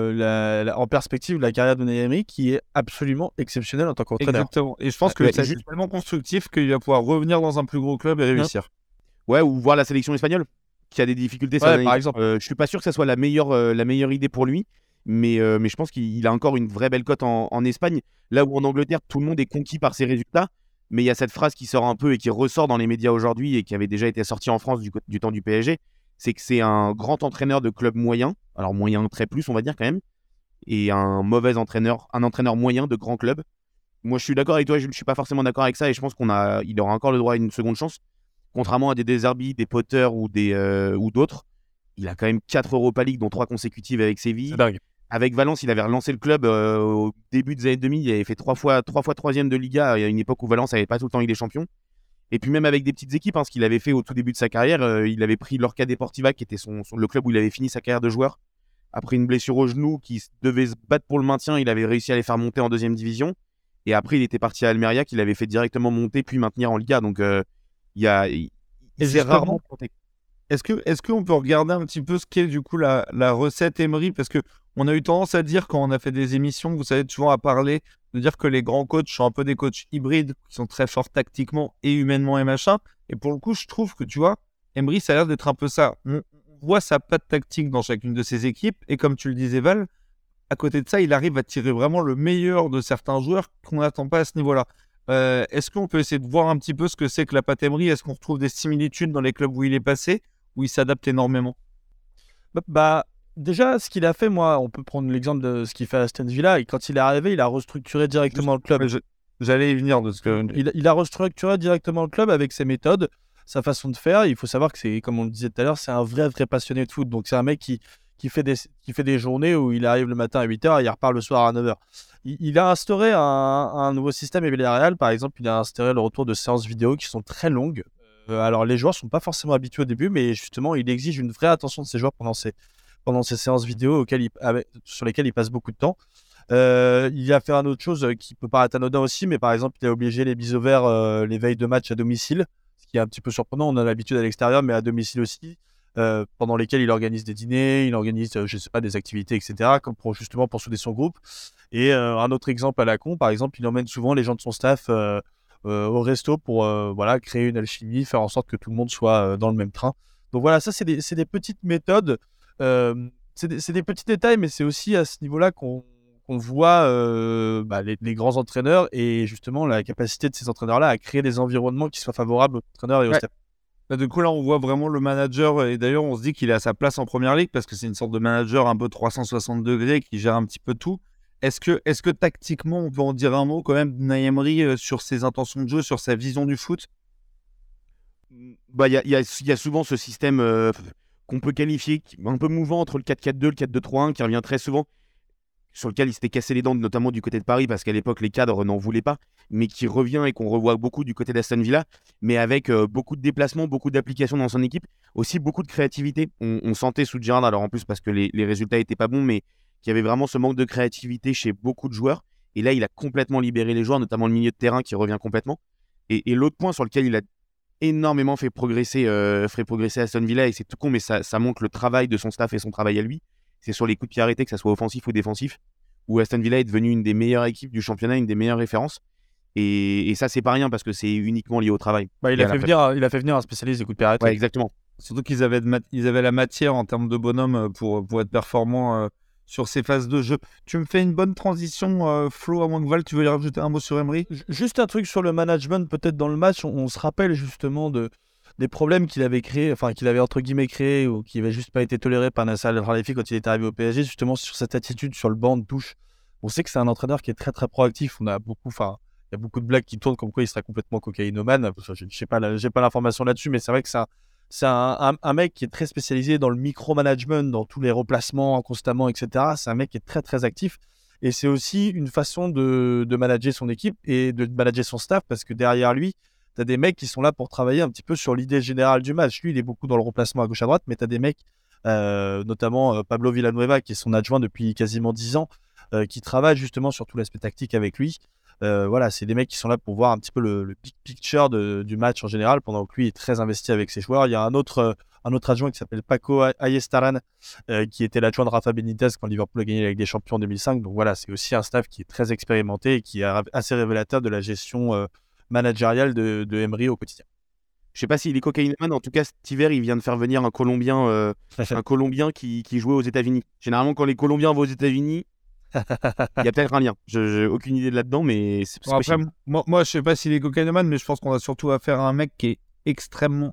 en perspective la carrière de Unai Emery, qui est absolument exceptionnelle en tant qu'entraîneur. Exactement. Et je pense que c'est tellement constructif qu'il va pouvoir revenir dans un plus gros club et réussir. Ouais, ou voir la sélection espagnole, qui a des difficultés. Ouais, par exemple. Je suis pas sûr que ça soit la meilleure idée pour lui, mais je pense qu'il a encore une vraie belle cote en Espagne, là où en Angleterre, tout le monde est conquis par ses résultats. Mais il y a cette phrase qui sort un peu et qui ressort dans les médias aujourd'hui et qui avait déjà été sortie en France du temps du PSG, c'est que c'est un grand entraîneur de club moyen, alors moyen très plus, on va dire quand même, et un mauvais entraîneur, un entraîneur moyen de grand club. Moi, je suis d'accord avec toi, je ne suis pas forcément d'accord avec ça, et je pense qu'il aura encore le droit à une seconde chance. Contrairement à des De Zerbi, des Potter ou d'autres, il a quand même 4 Europa League, dont 3 consécutives avec Séville. C'est dingue. Avec Valence, il avait relancé le club au début des années 2000. Il avait fait 3 fois 3e de Liga à une époque où Valence n'avait pas tout le temps Ligue des Champions. Et puis même avec des petites équipes, ce qu'il avait fait au tout début de sa carrière, il avait pris l'Orca Deportiva, qui était le club où il avait fini sa carrière de joueur. Après une blessure au genou, qui devait se battre pour le maintien, il avait réussi à les faire monter en 2e division. Et après, il était parti à Almeria, qu'il avait fait directement monter puis maintenir en Liga. Donc, c'est rarement compté. Est-ce qu'on peut regarder un petit peu ce qu'est du coup la recette Emery, parce que on a eu tendance à dire quand on a fait des émissions, vous savez, toujours à parler, de dire que les grands coachs sont un peu des coachs hybrides, qui sont très forts tactiquement et humainement et machin. Et pour le coup, je trouve que, tu vois, Emery, ça a l'air d'être un peu ça. On voit sa patte tactique dans chacune de ses équipes, et comme tu le disais, Val, à côté de ça, il arrive à tirer vraiment le meilleur de certains joueurs qu'on n'attend pas à ce niveau-là. Est-ce qu'on peut essayer de voir un petit peu ce que c'est que la patte Emery? Est-ce qu'on retrouve des similitudes dans les clubs où il est passé, où il s'adapte énormément? Déjà, ce qu'il a fait, moi, on peut prendre l'exemple de ce qu'il fait à Aston Villa. Et quand il est arrivé, il a restructuré directement le club. J'allais y venir de ce que... Il a restructuré directement le club avec ses méthodes, sa façon de faire. Il faut savoir que c'est, comme on le disait tout à l'heure, c'est un vrai passionné de foot. Donc c'est un mec qui fait des journées où il arrive le matin à 8h et il repart le soir à 9h. Il a instauré un nouveau système à Villarreal. Par exemple, il a instauré le retour de séances vidéo qui sont très longues. Alors les joueurs ne sont pas forcément habitués au début, mais justement, il exige une vraie attention de ses joueurs pendant ces séances vidéo sur lesquelles il passe beaucoup de temps. Il a fait une autre chose qui peut paraître anodin aussi, mais par exemple, il a obligé les biseaux verts les veilles de match à domicile, ce qui est un petit peu surprenant. On a l'habitude à l'extérieur, mais à domicile aussi, pendant lesquels il organise des dîners, il organise, des activités, etc., justement pour souder son groupe. Et un autre exemple à la con, par exemple, il emmène souvent les gens de son staff au resto pour créer une alchimie, faire en sorte que tout le monde soit dans le même train. Donc voilà, ça, c'est des petites méthodes. C'est des petits détails, mais c'est aussi à ce niveau-là qu'on voit les grands entraîneurs et justement la capacité de ces entraîneurs-là à créer des environnements qui soient favorables aux entraîneurs et aux staff. Du coup, là, on voit vraiment le manager, et d'ailleurs, on se dit qu'il a sa place en première ligue parce que c'est une sorte de manager un peu 360 degrés qui gère un petit peu tout. Est-ce que tactiquement, on peut en dire un mot quand même d'Unai Emery sur ses intentions de jeu, sur sa vision du foot? Il y a souvent ce système qu'on peut qualifier un peu mouvant entre le 4-4-2 et le 4-2-3-1 qui revient très souvent, sur lequel il s'était cassé les dents, notamment du côté de Paris, parce qu'à l'époque, les cadres n'en voulaient pas, mais qui revient et qu'on revoit beaucoup du côté d'Aston Villa, mais avec beaucoup de déplacements, beaucoup d'applications dans son équipe, aussi beaucoup de créativité. On sentait sous Gerrard, alors en plus parce que les résultats n'étaient pas bons, mais qu'il y avait vraiment ce manque de créativité chez beaucoup de joueurs. Et là, il a complètement libéré les joueurs, notamment le milieu de terrain qui revient complètement. Et l'autre point sur lequel il a énormément fait progresser Aston Villa, et c'est tout con, mais ça montre le travail de son staff et son travail à lui, c'est sur les coups de pied arrêtés, que ça soit offensif ou défensif, où Aston Villa est devenu une des meilleures équipes du championnat, une des meilleures références. Et ça, c'est pas rien parce que c'est uniquement lié au travail. Il a fait venir un spécialiste des coups de pied arrêtés. Ouais, exactement. Surtout qu'ils avaient, ils avaient la matière en termes de bonhomme pour être performants sur ces phases de jeu. Tu me fais une bonne transition, Flo, à moins que Val, tu veux y rajouter un mot sur Emery? Juste un truc sur le management, peut-être dans le match, on se rappelle justement des problèmes qu'il avait créés, enfin qu'il avait entre guillemets créés ou qui n'avaient juste pas été tolérés par Nasser Al-Khelaifi quand il est arrivé au PSG, justement sur cette attitude sur le banc de touche. On sait que c'est un entraîneur qui est très très proactif. Il y a beaucoup de blagues qui tournent comme quoi il serait complètement cocaïnomane. Je n'ai pas l'information là-dessus, mais c'est vrai que c'est un mec qui est très spécialisé dans le micromanagement, dans tous les replacements constamment, etc. C'est un mec qui est très très actif. Et c'est aussi une façon de manager son équipe et de manager son staff, parce que derrière lui, tu as des mecs qui sont là pour travailler un petit peu sur l'idée générale du match. Lui, il est beaucoup dans le remplacement à gauche à droite, mais tu as des mecs, notamment Pablo Villanueva, qui est son adjoint depuis quasiment 10 ans, qui travaillent justement sur tout l'aspect tactique avec lui. Voilà, c'est des mecs qui sont là pour voir un petit peu le big picture du match en général, pendant que lui est très investi avec ses joueurs. Il y a un autre adjoint qui s'appelle Paco Ayestaran, qui était l'adjoint de Rafa Benitez quand Liverpool a gagné la Ligue des Champions en 2005. Donc voilà, c'est aussi un staff qui est très expérimenté et qui est assez révélateur de la gestion managériale de Emery au quotidien. Je sais pas s'il est cocaïnomane, en tout cas cet hiver il vient de faire venir un Colombien qui jouait aux États-Unis. Généralement quand les Colombiens vont aux États-Unis, il y a peut-être un lien. J'ai aucune idée de là-dedans, mais c'est après, moi, je sais pas s'il est cocaïnomane, mais je pense qu'on a surtout affaire à un mec qui est extrêmement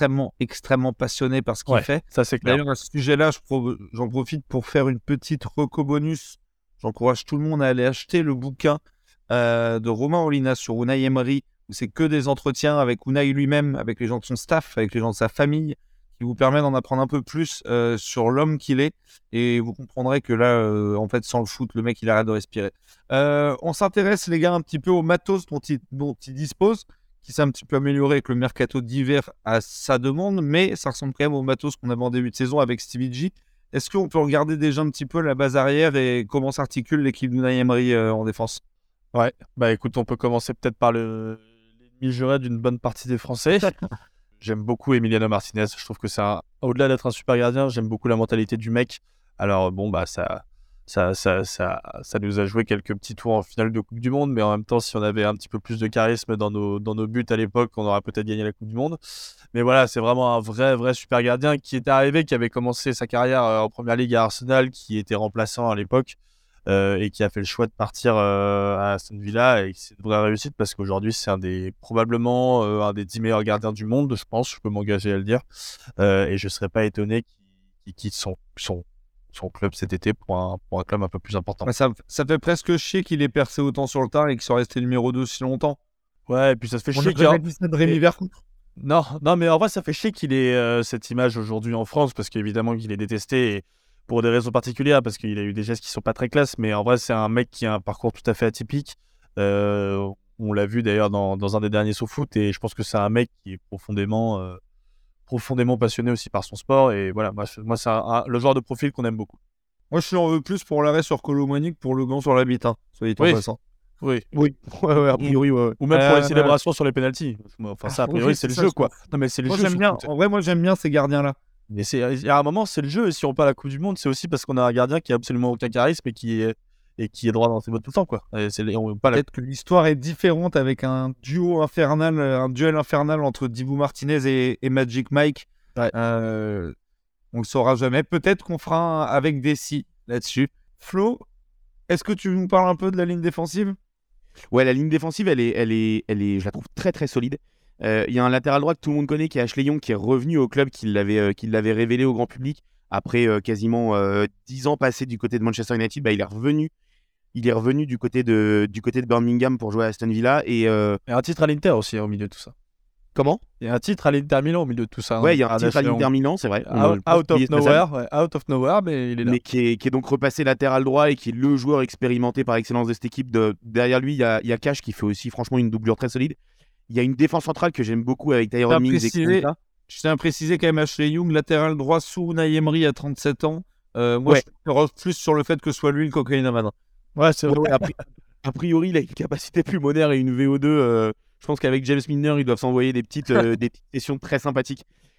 passionné par ce qu'il fait. Ça, c'est clair. D'ailleurs, à ce sujet-là, j'en profite pour faire une petite reco bonus. J'encourage tout le monde à aller acheter le bouquin de Romain Olina sur Unai Emery, où c'est que des entretiens avec Unai lui-même, avec les gens de son staff, avec les gens de sa famille, qui vous permet d'en apprendre un peu plus sur l'homme qu'il est, et vous comprendrez que là, en fait, sans le foot, le mec, il arrête de respirer. On s'intéresse, les gars, un petit peu au matos dont il dispose, qui s'est un petit peu amélioré avec le mercato d'hiver à sa demande, mais ça ressemble quand même au matos qu'on avait en début de saison avec Stevie G. Est-ce qu'on peut regarder déjà un petit peu la base arrière et comment s'articule l'équipe d'Unai Emery en défense? Ouais, bah écoute, on peut commencer peut-être par l'ennemi juré d'une bonne partie des Français. J'aime beaucoup Emiliano Martinez. Je trouve que au-delà d'être un super gardien, j'aime beaucoup la mentalité du mec. Alors bon, bah ça nous a joué quelques petits tours en finale de Coupe du Monde, mais en même temps, si on avait un petit peu plus de charisme dans nos buts à l'époque, on aurait peut-être gagné la Coupe du Monde. Mais voilà, c'est vraiment un vrai super gardien qui était arrivé, qui avait commencé sa carrière en Première Ligue à Arsenal, qui était remplaçant à l'époque. Et qui a fait le choix de partir à Aston Villa, et c'est une vraie réussite parce qu'aujourd'hui c'est probablement un des 10 meilleurs gardiens du monde, je pense, je peux m'engager à le dire, et je serais pas étonné qu'il quitte son club cet été pour un club un peu plus important. Ça fait presque chier qu'il ait percé autant sur le tard et qu'il soit resté numéro 2 si longtemps. Ouais, et puis ça se fait chier Non, mais en vrai ça fait chier qu'il ait cette image aujourd'hui en France, parce qu'évidemment qu'il est détesté, et pour des raisons particulières, parce qu'il a eu des gestes qui sont pas très classes, mais en vrai c'est un mec qui a un parcours tout à fait atypique. On l'a vu d'ailleurs dans un des derniers SoFoot, et je pense que c'est un mec qui est profondément passionné aussi par son sport, et voilà, moi c'est le genre de profil qu'on aime beaucoup. Moi je en veux plus pour l'arrêt sur Colomani que pour le gant sur l'habit, soyez en passant. Oui. Ouais, a priori, ouais. Ou même pour les célébrations sur les pénaltys. Enfin, ça, a priori, c'est le jeu, quoi. Non, mais c'est le jeu. En vrai, moi, j'aime bien ces gardiens-là. Mais il y a un moment, c'est le jeu. Et si on parle à la Coupe du Monde, c'est aussi parce qu'on a un gardien qui a absolument aucun charisme et qui est droit dans ses bottes tout le temps, quoi. Peut-être que l'histoire est différente avec un duel infernal entre Dibu Martinez et Magic Mike. Ouais. On le saura jamais. Peut-être qu'on fera avec Dessy là-dessus. Flo, est-ce que tu nous parles un peu de la ligne défensive? Ouais, la ligne défensive, elle est, je la trouve très très solide. Il y a un latéral droit que tout le monde connaît, qui est Ashley Young, qui est revenu au club, qui l'avait révélé au grand public après quasiment 10 ans passés du côté de Manchester United. Bah, il est revenu du côté de Birmingham pour jouer à Aston Villa, et un titre à l'Inter aussi au milieu de tout ça. Comment? Il y a un titre à l'Inter Milan au milieu de tout ça. Ouais, il y a un titre à l'Inter Milan, c'est vrai. Out of nowhere, mais il est là. Mais qui est donc repassé latéral droit, et qui est le joueur expérimenté par excellence de cette équipe. Derrière lui, il y a Cash qui fait aussi franchement une doublure très solide. Il y a une défense centrale que j'aime beaucoup avec Tyrone Mings et Quinta. Je tiens à préciser quand même Ashley Young, latéral droit sous Unai Emery à 37 ans. Moi, je me plus sur le fait que ce soit lui le cocaïnomane. Ouais, c'est vrai. A priori, il a une capacité pulmonaire et une VO2. Je pense qu'avec James Milner, ils doivent s'envoyer des petites sessions très sympathiques.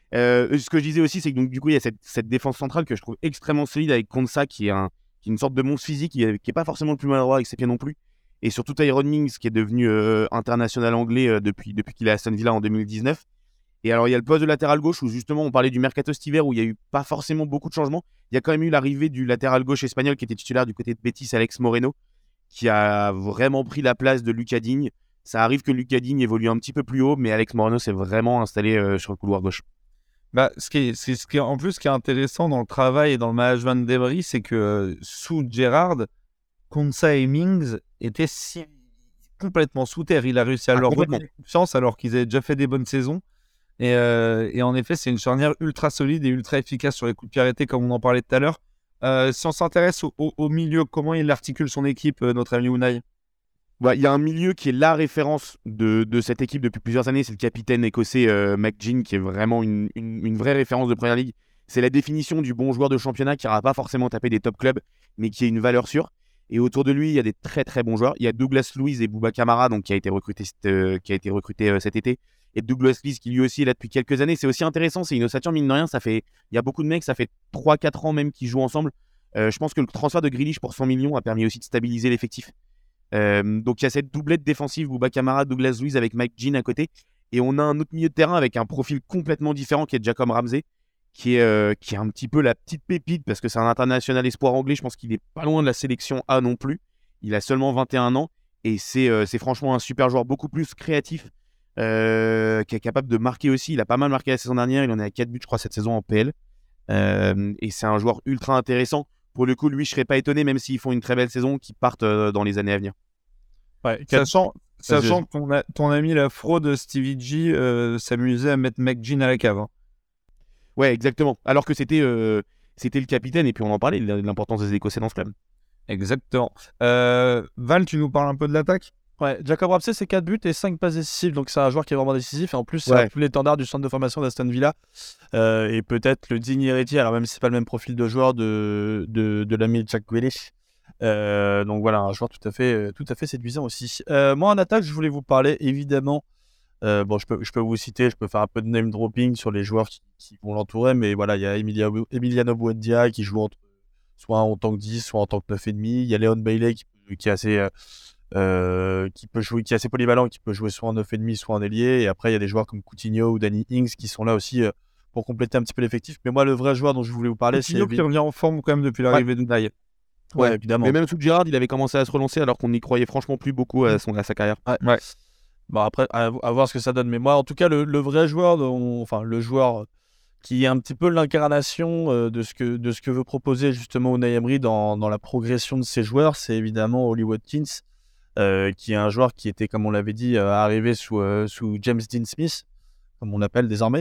Ce que je disais aussi, c'est que donc, du coup, il y a cette défense centrale que je trouve extrêmement solide avec Konsa qui est une sorte de monstre physique, qui est pas forcément le plus maladroit avec ses pieds non plus. Et surtout Tyrone Mings qui est devenu international anglais depuis qu'il est à Aston Villa en 2019. Et alors, il y a le poste de latéral gauche où justement on parlait du mercato cet hiver où il n'y a eu pas forcément beaucoup de changements. Il y a quand même eu l'arrivée du latéral gauche espagnol qui était titulaire du côté de Betis, Alex Moreno, qui a vraiment pris la place de Lucas Digne. Ça arrive que Lucas Digne évolue un petit peu plus haut, mais Alex Moreno s'est vraiment installé sur le couloir gauche. Bah, ce qui est intéressant dans le travail et dans le management d'Emery, c'est que sous Gerrard, Konsa et Mings étaient complètement sous terre. Il a réussi à leur redonner confiance alors qu'ils avaient déjà fait des bonnes saisons. Et en effet, c'est une charnière ultra solide et ultra efficace sur les coups de pied arrêtés, comme on en parlait tout à l'heure. Si on s'intéresse au milieu, comment il articule son équipe, notre ami Unai? Il y a un milieu qui est la référence de cette équipe depuis plusieurs années. C'est le capitaine écossais McGinn, qui est vraiment une vraie référence de Premier League. C'est la définition du bon joueur de championnat qui n'aura pas forcément tapé des top clubs, mais qui est une valeur sûre. Et autour de lui, il y a des très très bons joueurs. Il y a Douglas Luiz et Bouba Kamara, donc, qui a été recruté cet été. Et Douglas Luiz qui lui aussi est là depuis quelques années. C'est aussi intéressant, c'est une ossature mine de rien. Il y a beaucoup de mecs, ça fait 3-4 ans même qu'ils jouent ensemble. Je pense que le transfert de Grealish pour 100 millions a permis aussi de stabiliser l'effectif. Donc il y a cette doublette défensive, Bouba Kamara, Douglas Luiz avec McGinn à côté. Et on a un autre milieu de terrain avec un profil complètement différent qui est Jacob Ramsey, qui est un petit peu la petite pépite parce que c'est un international espoir anglais. Je pense qu'il n'est pas loin de la sélection A non plus. Il a seulement 21 ans et c'est franchement un super joueur, beaucoup plus créatif, qui est capable de marquer aussi. Il a pas mal marqué la saison dernière, il en est à 4 buts je crois cette saison en PL. Et c'est un joueur ultra intéressant. Pour le coup, lui, je serais pas étonné, même s'ils font une très belle saison, qu'ils partent dans les années à venir. Ouais, sachant que ton ami la fraude Stevie G s'amusait à mettre McGinn à la cave. Hein. Ouais, exactement. Alors que c'était le capitaine, et puis on en parlait de l'importance des Écossais dans ce club. Exactement. Val, tu nous parles un peu de l'attaque? Ouais, Jacob Ramsey, c'est 4 buts et 5 passes décisives, donc c'est un joueur qui est vraiment décisif. Et en plus, c'est un peu l'étendard du centre de formation d'Aston Villa. Et peut-être le digne héritier, alors même si c'est pas le même profil de joueur de l'ami Jack Grealish. Donc voilà, un joueur tout à fait séduisant aussi. Moi, en attaque, je voulais vous parler évidemment. Je peux vous citer, je peux faire un peu de name dropping sur les joueurs qui vont l'entourer, mais voilà, il y a Emiliano Buendia qui joue soit en tant que 10, soit en tant que 9,5. Il y a Leon Bailey qui est assez. Qui est assez polyvalent, qui peut jouer soit en 9,5 soit en ailier, et après il y a des joueurs comme Coutinho ou Danny Ings qui sont là aussi pour compléter un petit peu l'effectif. Mais moi, le vrai joueur dont je voulais vous parler, Coutinho c'est qui revient en forme quand même depuis l'arrivée de Unai. Ouais, évidemment. Mais même sous Gerrard, il avait commencé à se relancer alors qu'on n'y croyait franchement plus beaucoup à sa carrière. Ouais. Bon, après, à voir ce que ça donne. Mais moi, en tout cas, le vrai joueur, le joueur qui est un petit peu l'incarnation de ce que veut proposer justement Unai Emery dans la progression de ses joueurs, c'est évidemment Ollie Watkins. Qui est un joueur qui était, comme on l'avait dit, arrivé sous James Dean Smith, comme on l'appelle désormais,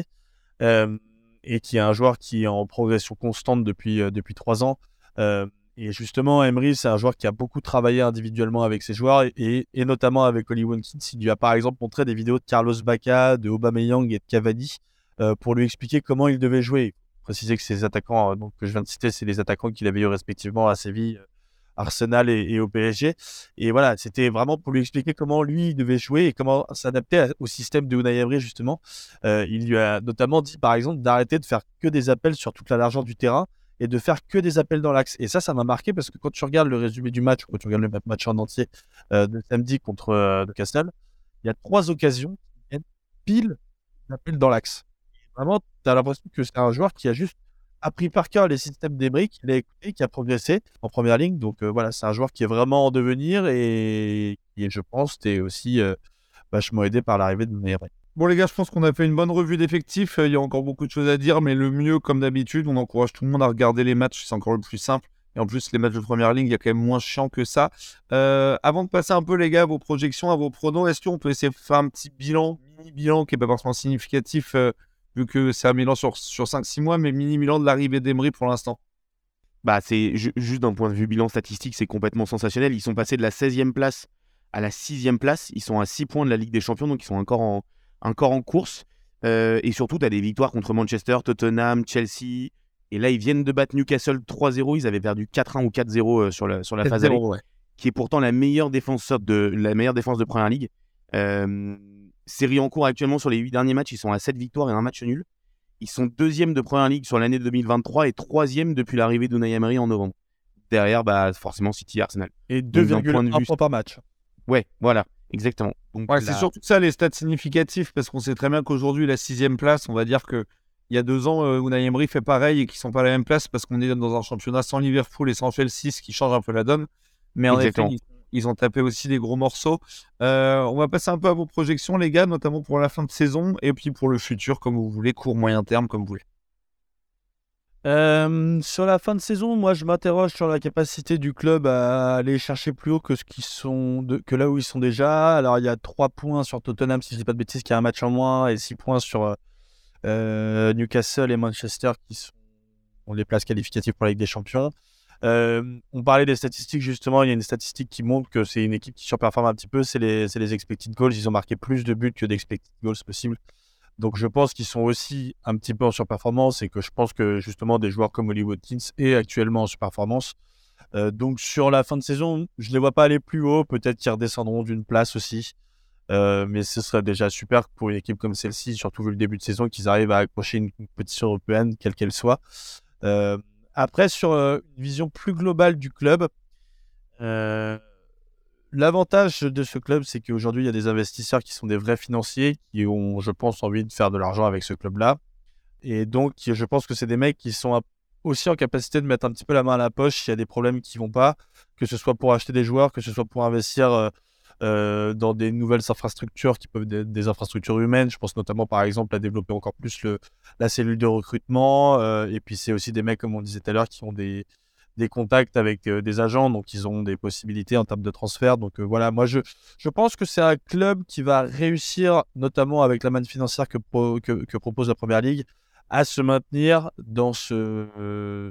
et qui est un joueur qui est en progression constante depuis 3 ans. Et justement, Emery, c'est un joueur qui a beaucoup travaillé individuellement avec ses joueurs, et notamment avec Ollie Watkins. Il lui a par exemple montré des vidéos de Carlos Bacca, de Aubameyang et de Cavani pour lui expliquer comment il devait jouer. Préciser que ces attaquants que je viens de citer, c'est les attaquants qu'il avait eu respectivement à Séville, Arsenal et au PSG. Et voilà, c'était vraiment pour lui expliquer comment lui devait jouer et comment s'adapter au système de Unai Emery justement. Il lui a notamment dit par exemple d'arrêter de faire que des appels sur toute la largeur du terrain et de faire que des appels dans l'axe. Et ça m'a marqué parce que quand tu regardes le résumé du match, quand tu regardes le match en entier de samedi contre Newcastle, il y a 3 occasions qui viennent pile d'appels dans l'axe. Vraiment, tu as l'impression que c'est un joueur qui a juste appris par cœur les systèmes d'Emery, qu'il a écouté, qui a progressé en première ligne. Donc voilà, c'est un joueur qui est vraiment en devenir et je pense que tu es aussi vachement aidé par l'arrivée de Emery. Bon les gars, je pense qu'on a fait une bonne revue d'effectifs. Il y a encore beaucoup de choses à dire, mais le mieux, comme d'habitude, on encourage tout le monde à regarder les matchs. C'est encore le plus simple. Et en plus, les matchs de première ligne, il y a quand même moins chiant que ça. Avant de passer un peu, les gars, à vos projections, à vos pronos, est-ce qu'on peut essayer de faire un petit mini-bilan qui n'est pas forcément significatif vu que c'est un bilan sur 5-6 mois, mais mini-bilan de l'arrivée d'Emery pour l'instant? C'est juste d'un point de vue bilan statistique, c'est complètement sensationnel. Ils sont passés de la 16e place à la 6e place. Ils sont à 6 points de la Ligue des Champions, donc ils sont encore en course. Et surtout, tu as des victoires contre Manchester, Tottenham, Chelsea. Et là, ils viennent de battre Newcastle 3-0. Ils avaient perdu 4-1 ou 4-0 sur la phase aller, qui est pourtant la meilleure défense de Première Ligue. Série en cours actuellement sur les 8 derniers matchs, ils sont à 7 victoires et un match nul. Ils sont 2e de Première Ligue sur l'année 2023 et 3e depuis l'arrivée d'Unai Emery en novembre. Derrière, forcément, City et Arsenal. Et Donc, d'un point de 2,1 vue- points par match. Ouais, voilà, exactement. Donc, Ouais, c'est surtout ça les stats significatifs, parce qu'on sait très bien qu'aujourd'hui, la 6e place, on va dire que il y a 2 ans, Unai Emery fait pareil et qu'ils sont pas à la même place parce qu'on est dans un championnat sans Liverpool et sans Chelsea, ce qui change un peu la donne. Mais en Exactement. effet, ils ont tapé aussi des gros morceaux. On va passer un peu à vos projections, les gars, notamment pour la fin de saison et puis pour le futur, comme vous voulez, court, moyen terme, comme vous voulez. Sur la fin de saison, moi je m'interroge sur la capacité du club à aller chercher plus haut que que là où ils sont déjà. Alors il y a 3 points sur Tottenham, si je dis pas de bêtises, qui a un match en moins, et 6 points sur Newcastle et Manchester qui ont les places qualificatives pour la Ligue des Champions. On parlait des statistiques justement, il y a une statistique qui montre que c'est une équipe qui surperforme un petit peu, c'est les expected goals. Ils ont marqué plus de buts que d'expected goals possible. Donc je pense qu'ils sont aussi un petit peu en surperformance et que je pense que justement des joueurs comme Oli Watkins est actuellement en surperformance. Donc sur la fin de saison, je ne les vois pas aller plus haut, peut-être qu'ils redescendront d'une place aussi. Mais ce serait déjà super pour une équipe comme celle-ci, surtout vu le début de saison, qu'ils arrivent à accrocher une compétition européenne, quelle qu'elle soit. Après, sur une vision plus globale du club, l'avantage de ce club, c'est qu'aujourd'hui, il y a des investisseurs qui sont des vrais financiers, qui ont, je pense, envie de faire de l'argent avec ce club-là. Et donc, je pense que c'est des mecs qui sont aussi en capacité de mettre un petit peu la main à la poche s'il y a des problèmes qui ne vont pas, que ce soit pour acheter des joueurs, que ce soit pour investir dans des nouvelles infrastructures qui peuvent être des infrastructures humaines. Je pense notamment, par exemple, à développer encore plus la cellule de recrutement. Et puis, c'est aussi des mecs, comme on disait tout à l'heure, qui ont des contacts avec des agents, donc ils ont des possibilités en termes de transfert. Donc voilà, moi je pense que c'est un club qui va réussir, notamment avec la manne financière que propose la Première Ligue, à se maintenir dans ce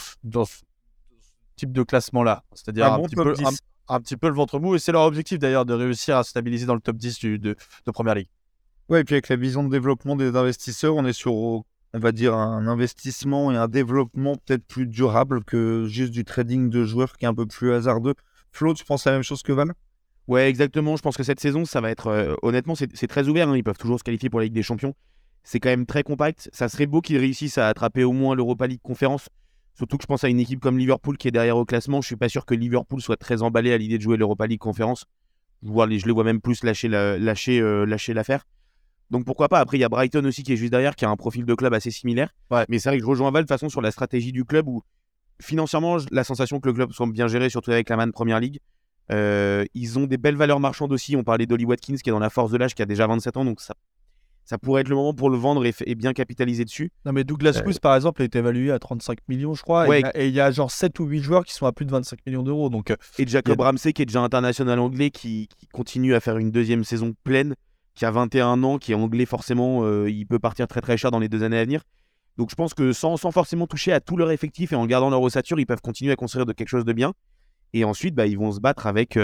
type de classement-là. C'est-à-dire Un bon top 10. un petit peu le ventre mou, et c'est leur objectif d'ailleurs de réussir à se stabiliser dans le top 10 de Première Ligue. Ouais, et puis avec la vision de développement des investisseurs, on est sur, on va dire, un investissement et un développement peut-être plus durable que juste du trading de joueurs qui est un peu plus hasardeux. Flo, tu penses la même chose que Val? Ouais, exactement. Je pense que cette saison, ça va être... honnêtement, c'est très ouvert. Hein. Ils peuvent toujours se qualifier pour la Ligue des Champions. C'est quand même très compact. Ça serait beau qu'ils réussissent à attraper au moins l'Europa League Conférence. Surtout que je pense à une équipe comme Liverpool qui est derrière au classement. Je suis pas sûr que Liverpool soit très emballé à l'idée de jouer l'Europa League Conférence. Je les vois même plus lâcher l'affaire. Donc pourquoi pas. Après, il y a Brighton aussi qui est juste derrière, qui a un profil de club assez similaire. Ouais. Mais c'est vrai que je rejoins Val de toute façon sur la stratégie du club où financièrement, la sensation que le club soit bien géré, surtout avec la manne Première Ligue. Ils ont des belles valeurs marchandes aussi. On parlait d'Oli Watkins qui est dans la force de l'âge, qui a déjà 27 ans. Donc ça pourrait être le moment pour le vendre et bien capitaliser dessus. Non, mais Douglas Luiz, par exemple, est évalué à 35 millions, je crois. Ouais. Et il y a genre 7 ou 8 joueurs qui sont à plus de 25 millions d'euros. Donc, Et Jacob Ramsey, qui est déjà international anglais, qui continue à faire une deuxième saison pleine, qui a 21 ans, qui est anglais forcément, il peut partir très très cher dans les 2 années à venir. Donc je pense que sans forcément toucher à tout leur effectif et en gardant leur ossature, ils peuvent continuer à construire de quelque chose de bien. Et ensuite, ils vont se battre avec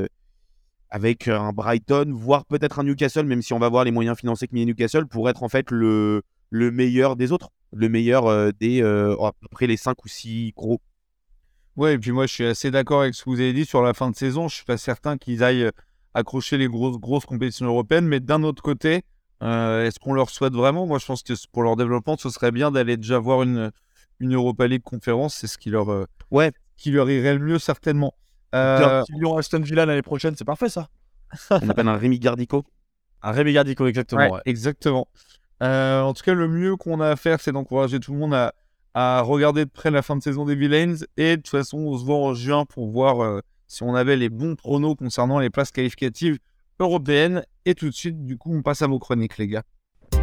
un Brighton, voire peut-être un Newcastle, même si on va voir les moyens financiers que met Newcastle, pour être en fait le meilleur des autres, le meilleur après les 5 ou 6 gros. Ouais, et puis moi je suis assez d'accord avec ce que vous avez dit sur la fin de saison. Je suis pas certain qu'ils aillent accrocher les grosses compétitions européennes, mais d'un autre côté, est-ce qu'on leur souhaite vraiment? Moi je pense que pour leur développement, ce serait bien d'aller déjà voir une Europa League conférence. C'est ce qui leur irait le mieux certainement. Aston Villa l'année prochaine, c'est parfait ça. On appelle un Rémi Gardico. Un Rémi Gardico, exactement. Ouais. Exactement. En tout cas, le mieux qu'on a à faire, c'est d'encourager tout le monde à regarder de près la fin de saison des Villains. Et de toute façon, on se voit en juin pour voir si on avait les bons pronos concernant les places qualificatives européennes. Et tout de suite, du coup, on passe à vos chroniques, les gars.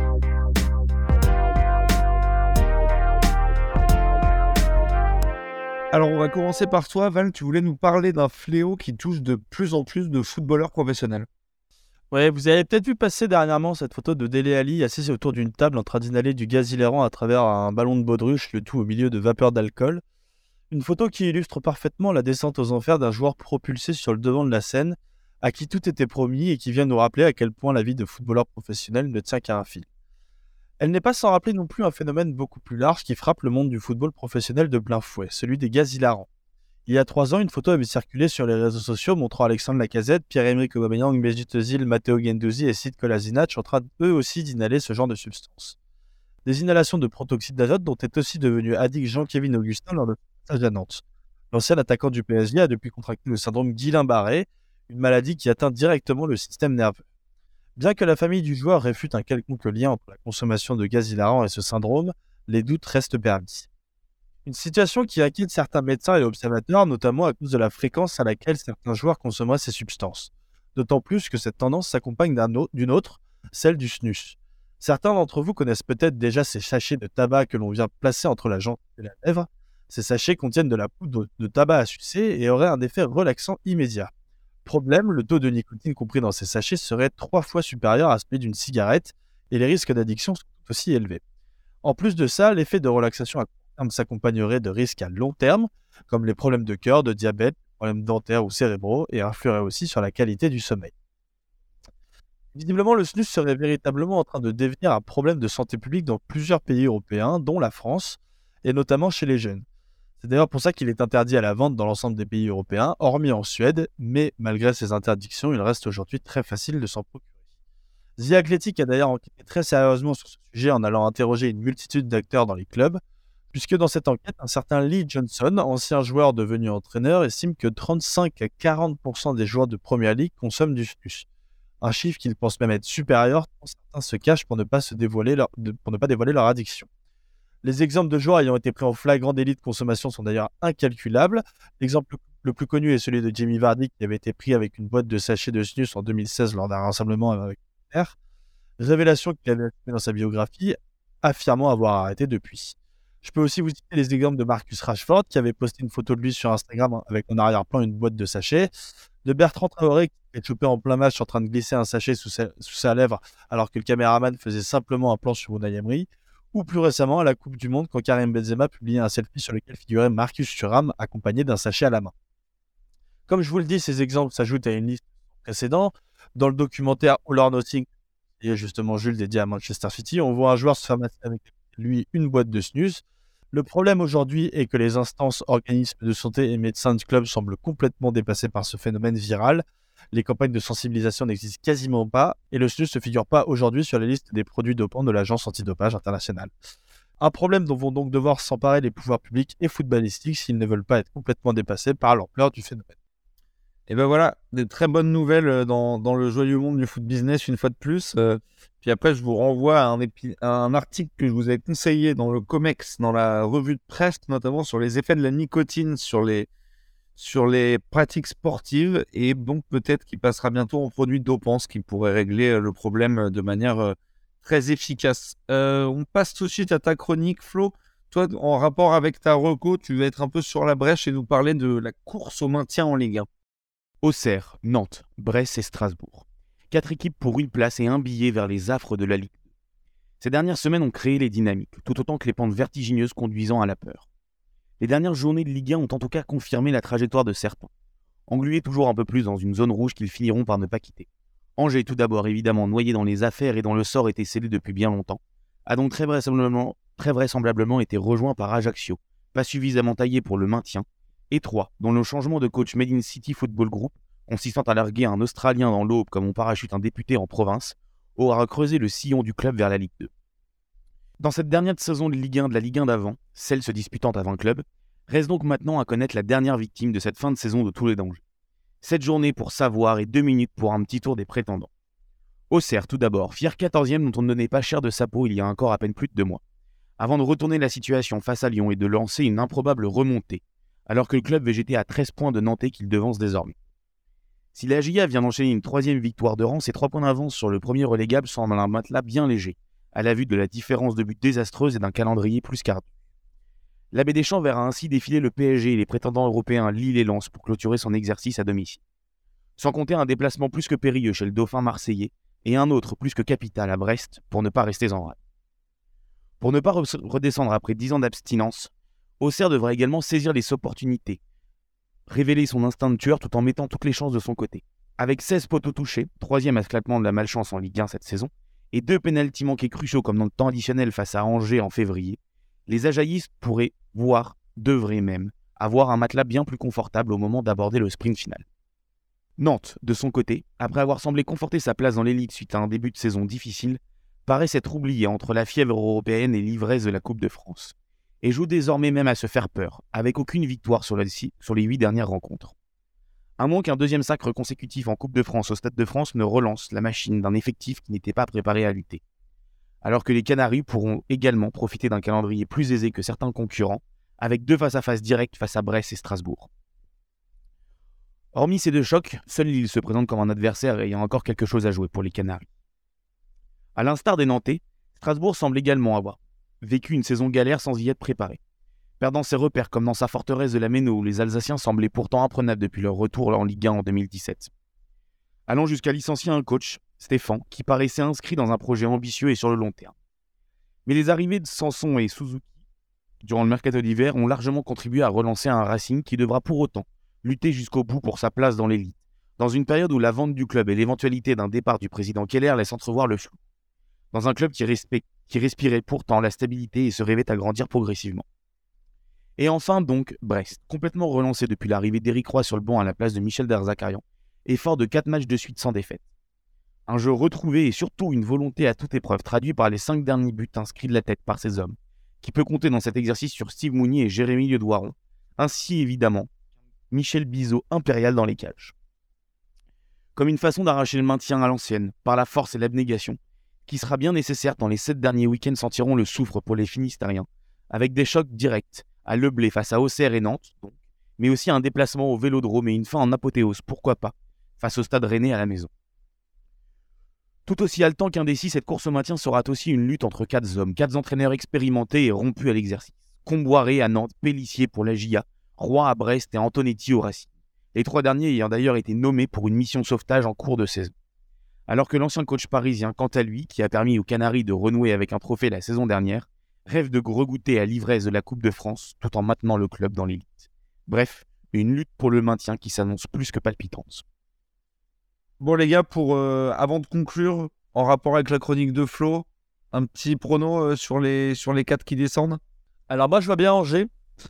Alors, on va commencer par toi, Val. Tu voulais nous parler d'un fléau qui touche de plus en plus de footballeurs professionnels. Ouais, vous avez peut-être vu passer dernièrement cette photo de Dele Alli assis autour d'une table en train d'inhaler du gaz hilarant à travers un ballon de baudruche, le tout au milieu de vapeurs d'alcool. Une photo qui illustre parfaitement la descente aux enfers d'un joueur propulsé sur le devant de la scène, à qui tout était promis et qui vient nous rappeler à quel point la vie de footballeur professionnel ne tient qu'à un fil. Elle n'est pas sans rappeler non plus un phénomène beaucoup plus large qui frappe le monde du football professionnel de plein fouet, celui des gaz hilarants. Il y a 3 ans, une photo avait circulé sur les réseaux sociaux montrant Alexandre Lacazette, Pierre-Emerick Aubameyang, Mesut Özil, Matteo Guendouzi et Sid Kolasinac en train eux aussi d'inhaler ce genre de substance. Des inhalations de protoxyde d'azote dont est aussi devenu addict Jean-Kévin Augustin lors de son passage à Nantes. L'ancien attaquant du PSG a depuis contracté le syndrome Guillain-Barré, une maladie qui atteint directement le système nerveux. Bien que la famille du joueur réfute un quelconque lien entre la consommation de gaz hilarants et ce syndrome, les doutes restent permis. Une situation qui inquiète certains médecins et observateurs, notamment à cause de la fréquence à laquelle certains joueurs consommeraient ces substances. D'autant plus que cette tendance s'accompagne d'une autre, celle du snus. Certains d'entre vous connaissent peut-être déjà ces sachets de tabac que l'on vient placer entre la gencive et la lèvre. Ces sachets contiennent de la poudre de tabac à sucer et auraient un effet relaxant immédiat. Problème, le taux de nicotine compris dans ces sachets serait 3 fois supérieur à celui d'une cigarette et les risques d'addiction sont tout aussi élevés. En plus de ça, l'effet de relaxation à court terme s'accompagnerait de risques à long terme, comme les problèmes de cœur, de diabète, problèmes dentaires ou cérébraux, et influerait aussi sur la qualité du sommeil. Visiblement, le snus serait véritablement en train de devenir un problème de santé publique dans plusieurs pays européens, dont la France, et notamment chez les jeunes. C'est d'ailleurs pour ça qu'il est interdit à la vente dans l'ensemble des pays européens, hormis en Suède, mais malgré ces interdictions, il reste aujourd'hui très facile de s'en procurer. The Athletic a d'ailleurs enquêté très sérieusement sur ce sujet en allant interroger une multitude d'acteurs dans les clubs, puisque dans cette enquête, un certain Lee Johnson, ancien joueur devenu entraîneur, estime que 35 à 40% des joueurs de Premier League consomment du snus. Un chiffre qu'il pense même être supérieur quand certains se cachent pour ne pas dévoiler leur addiction. Les exemples de joueurs ayant été pris en flagrant délit de consommation sont d'ailleurs incalculables. L'exemple le plus connu est celui de Jamie Vardy qui avait été pris avec une boîte de sachets de snus en 2016 lors d'un rassemblement avec son père. Révélation qu'il avait assumée dans sa biographie, affirmant avoir arrêté depuis. Je peux aussi vous citer les exemples de Marcus Rashford qui avait posté une photo de lui sur Instagram avec en arrière-plan une boîte de sachets, de Bertrand Traoré qui est chopé en plein match en train de glisser un sachet sous sa lèvre alors que le caméraman faisait simplement un plan sur Unai Emery, ou plus récemment à la Coupe du Monde quand Karim Benzema publiait un selfie sur lequel figurait Marcus Thuram accompagné d'un sachet à la main. Comme je vous le dis, ces exemples s'ajoutent à une liste précédente. Dans le documentaire All or Nothing, et justement Jules dédié à Manchester City, on voit un joueur se faire masser avec lui une boîte de snus. Le problème aujourd'hui est que les instances, organismes de santé et médecins de club semblent complètement dépassés par ce phénomène viral. Les campagnes de sensibilisation n'existent quasiment pas et le snus ne figure pas aujourd'hui sur la liste des produits dopants de l'Agence antidopage internationale. Un problème dont vont donc devoir s'emparer les pouvoirs publics et footballistiques s'ils ne veulent pas être complètement dépassés par l'ampleur du phénomène. Et ben voilà, de très bonnes nouvelles dans le joyeux monde du foot business une fois de plus. Puis après, je vous renvoie à un article que je vous avais conseillé dans le COMEX, dans la revue de presse, notamment sur les effets de la nicotine sur les pratiques sportives. Et donc peut-être qu'il passera bientôt en produits dopants, ce qui pourrait régler le problème de manière très efficace. On passe tout de suite à ta chronique, Flo. Toi, en rapport avec ta reco, tu vas être un peu sur la brèche et nous parler de la course au maintien en Ligue 1. Auxerre, Nantes, Brest et Strasbourg. 4 équipes pour une place et un billet vers les affres de la Ligue 2. Ces dernières semaines ont créé les dynamiques, tout autant que les pentes vertigineuses conduisant à la peur. Les dernières journées de Ligue 1 ont en tout cas confirmé la trajectoire de certains. Englués toujours un peu plus dans une zone rouge qu'ils finiront par ne pas quitter. Angers, tout d'abord évidemment noyé dans les affaires et dont le sort était scellé depuis bien longtemps, a donc très vraisemblablement été rejoint par Ajaccio, pas suffisamment taillé pour le maintien, et 3, dont le changement de coach Made in City Football Group, consistant à larguer un Australien dans l'aube comme on parachute un député en province, aura creusé le sillon du club vers la Ligue 2. Dans cette dernière saison de Ligue 1 de la Ligue 1 d'avant, celle se disputant à 20 clubs, reste donc maintenant à connaître la dernière victime de cette fin de saison de tous les dangers. 7 journées pour savoir et 2 minutes pour un petit tour des prétendants. Auxerre tout d'abord, fier 14e dont on ne donnait pas cher de sa peau il y a encore à peine plus de 2 mois, avant de retourner la situation face à Lyon et de lancer une improbable remontée, alors que le club végétait à 13 points de Nantais qu'il devance désormais. Si la GIA vient d'enchaîner une 3e victoire de rang, ses 3 points d'avance sur le premier relégable semblent un matelas bien léger, à la vue de la différence de buts désastreuse et d'un calendrier plus qu'ardu. L'abbé Deschamps verra ainsi défiler le PSG et les prétendants européens Lille et Lens pour clôturer son exercice à domicile. Sans compter un déplacement plus que périlleux chez le dauphin marseillais et un autre plus que capital à Brest pour ne pas rester en rade. Pour ne pas redescendre après 10 ans d'abstinence, Auxerre devra également saisir les opportunités, révéler son instinct de tueur tout en mettant toutes les chances de son côté. Avec 16 poteaux touchés, 3e à ce classement de la malchance en Ligue 1 cette saison, et 2 pénaltys manqués cruciaux comme dans le temps additionnel face à Angers en février, les ajaïstes pourraient, devraient même, avoir un matelas bien plus confortable au moment d'aborder le sprint final. Nantes, de son côté, après avoir semblé conforter sa place dans l'élite suite à un début de saison difficile, paraît s'être oublié entre la fièvre européenne et l'ivresse de la Coupe de France, et joue désormais même à se faire peur, avec aucune victoire sur les 8 dernières rencontres. À moins qu'un deuxième sacre consécutif en Coupe de France au Stade de France ne relance la machine d'un effectif qui n'était pas préparé à lutter. Alors que les Canaries pourront également profiter d'un calendrier plus aisé que certains concurrents, avec 2 face-à-face directs face à Brest et Strasbourg. Hormis ces 2 chocs, seul Lille se présente comme un adversaire ayant encore quelque chose à jouer pour les Canaries. À l'instar des Nantais, Strasbourg semble également avoir vécu une saison galère sans y être préparé. Perdant ses repères comme dans sa forteresse de la Méno où les Alsaciens semblaient pourtant imprenables depuis leur retour en Ligue 1 en 2017. Allant jusqu'à licencier un coach, Stéphane, qui paraissait inscrit dans un projet ambitieux et sur le long terme. Mais les arrivées de Sanson et Suzuki durant le mercato d'hiver ont largement contribué à relancer un Racing qui devra pour autant lutter jusqu'au bout pour sa place dans l'élite, dans une période où la vente du club et l'éventualité d'un départ du président Keller laissent entrevoir le flou. Dans un club qui respirait pourtant la stabilité et se rêvait à grandir progressivement. Et enfin donc, Brest, complètement relancé depuis l'arrivée d'Éric Roy sur le banc à la place de Michel Derzakarian, et fort de 4 matchs de suite sans défaite. Un jeu retrouvé et surtout une volonté à toute épreuve traduit par les 5 derniers buts inscrits de la tête par ces hommes, qui peut compter dans cet exercice sur Steve Mounier et Jérémy Ledouaron, ainsi évidemment Michel Bizot impérial dans les cages. Comme une façon d'arracher le maintien à l'ancienne, par la force et l'abnégation, qui sera bien nécessaire quand les 7 derniers week-ends sentiront le soufre pour les Finistériens, avec des chocs directs à Le Blé face à Auxerre et Nantes, donc, mais aussi un déplacement au Vélodrome et une fin en apothéose, pourquoi pas, face au Stade Rennais à la maison. Tout aussi haletant qu'indécis, cette course au maintien sera aussi une lutte entre 4 hommes, 4 entraîneurs expérimentés et rompus à l'exercice. Comboiré à Nantes, Pélissier pour la GIA, Roy à Brest et Antonetti au Racing. Les 3 derniers ayant d'ailleurs été nommés pour une mission sauvetage en cours de saison. Alors que l'ancien coach parisien, quant à lui, qui a permis aux Canaries de renouer avec un trophée la saison dernière, rêve de regoûter à l'ivresse de la Coupe de France tout en maintenant le club dans l'élite. Bref, une lutte pour le maintien qui s'annonce plus que palpitante. Bon les gars, avant de conclure, en rapport avec la chronique de Flo, un petit prono sur les 4 qui descendent. Alors moi je vois bien Angers.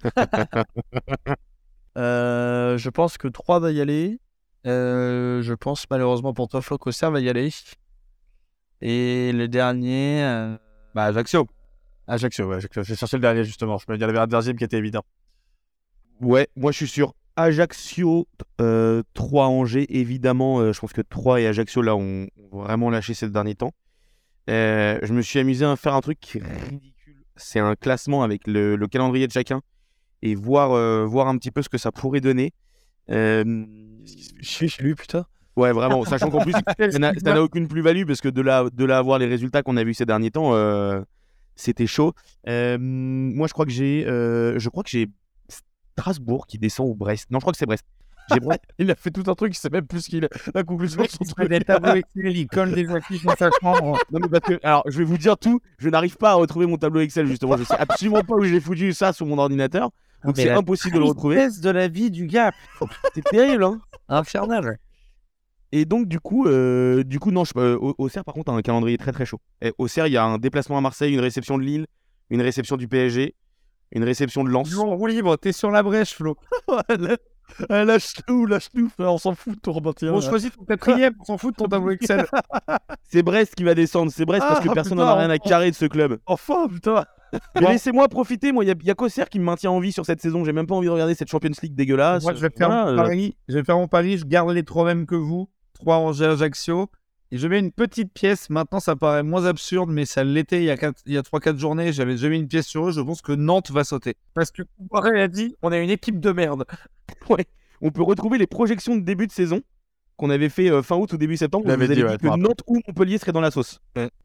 Je pense que 3 va y aller. Je pense malheureusement pour toi Flo qu'Auxerre va y aller. Et le dernier... Ajaccio. Ajaccio. J'ai cherché le dernier justement. Je me disais le deuxième qui était évident. Ouais, moi je suis sûr. Ajaccio, 3 Angers, évidemment, je pense que 3 et Ajaccio, là, ont vraiment lâché ces derniers temps. Je me suis amusé à faire un truc qui est ridicule. C'est un classement avec le calendrier de chacun et voir un petit peu ce que ça pourrait donner. Qu'est-ce qui se fait chier chez lui, putain. Ouais, vraiment, sachant qu'en plus, ça n'a aucune plus-value parce que de là à voir les résultats qu'on a vus ces derniers temps, c'était chaud. Moi, je crois que j'ai Strasbourg qui descend ou Brest. Non, je crois que c'est Brest. Il a fait tout un truc, il sait même plus la conclusion de son truc. Des tableaux Excel, il colle des affiches dans sa chambre. Non, mais parce que, alors, je vais vous dire tout, je n'arrive pas à retrouver mon tableau Excel, justement. Je sais absolument pas où j'ai foutu ça sur mon ordinateur. Donc, c'est impossible de le retrouver. C'est de la vie du gars. C'est terrible, hein. Infernal. Et donc, du coup, non, Auxerre, par contre, a un calendrier très très chaud. Et Auxerre, il y a un déplacement à Marseille, une réception de Lille, une réception du PSG, une réception de Lens. Jour libre, t'es sur la brèche, Flo. Lâche-nous, on s'en fout de ton repartir. On choisit ton 4ème, on s'en fout de ton tableau Excel. C'est Brest qui va descendre, c'est Brest parce que personne n'en a rien à carrer de ce club. Enfin, putain. Mais laissez-moi profiter, moi, il y a qu'Auxerre qui me maintient en vie sur cette saison. J'ai même pas envie de regarder cette Champions League dégueulasse. Moi, je vais faire mon pari, je garde les 3 mêmes que vous. 3 Angers, Ajaccio. Et je mets une petite pièce. Maintenant, ça paraît moins absurde, mais ça l'était il y a 3-4 journées. J'avais déjà mis une pièce sur eux. Je pense que Nantes va sauter. Parce que Comparé a dit, on a une équipe de merde. Ouais. On peut retrouver les projections de début de saison qu'on avait fait fin août ou début septembre. Vous avez dit que Nantes ou Montpellier seraient dans la sauce.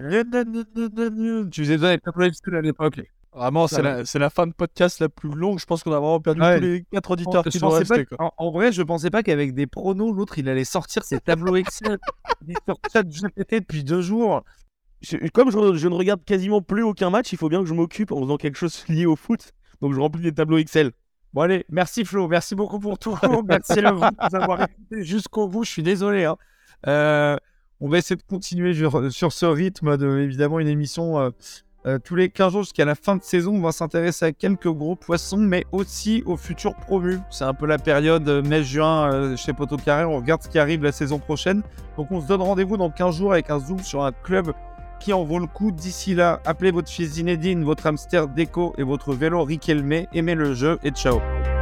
Tu faisais déjà les tableaux Excel à l'époque. Vraiment, c'est la fin de podcast la plus longue. Je pense qu'on a vraiment perdu tous les 4 auditeurs qui nous restaient. En vrai, je pensais pas qu'avec des pronos, l'autre, il allait sortir ses tableaux Excel. Il est sur ChatGPT depuis 2 jours. Comme je ne regarde quasiment plus aucun match, il faut bien que je m'occupe en faisant quelque chose lié au foot. Donc, je remplis des tableaux Excel. Bon, allez, merci Flo. Merci beaucoup pour tout. Merci à vous de nous avoir écoutés jusqu'au bout. Je suis désolé. On va essayer de continuer sur ce rythme. Évidemment, une émission... tous les 15 jours jusqu'à la fin de saison, on va s'intéresser à quelques gros poissons, mais aussi aux futurs promus. C'est un peu la période mai-juin chez Poteau Carré. On regarde ce qui arrive la saison prochaine. Donc on se donne rendez-vous dans 15 jours avec un zoom sur un club qui en vaut le coup. D'ici là, appelez votre fils Zinedine, votre hamster Déco et votre vélo Riquelme. Aimez le jeu et ciao.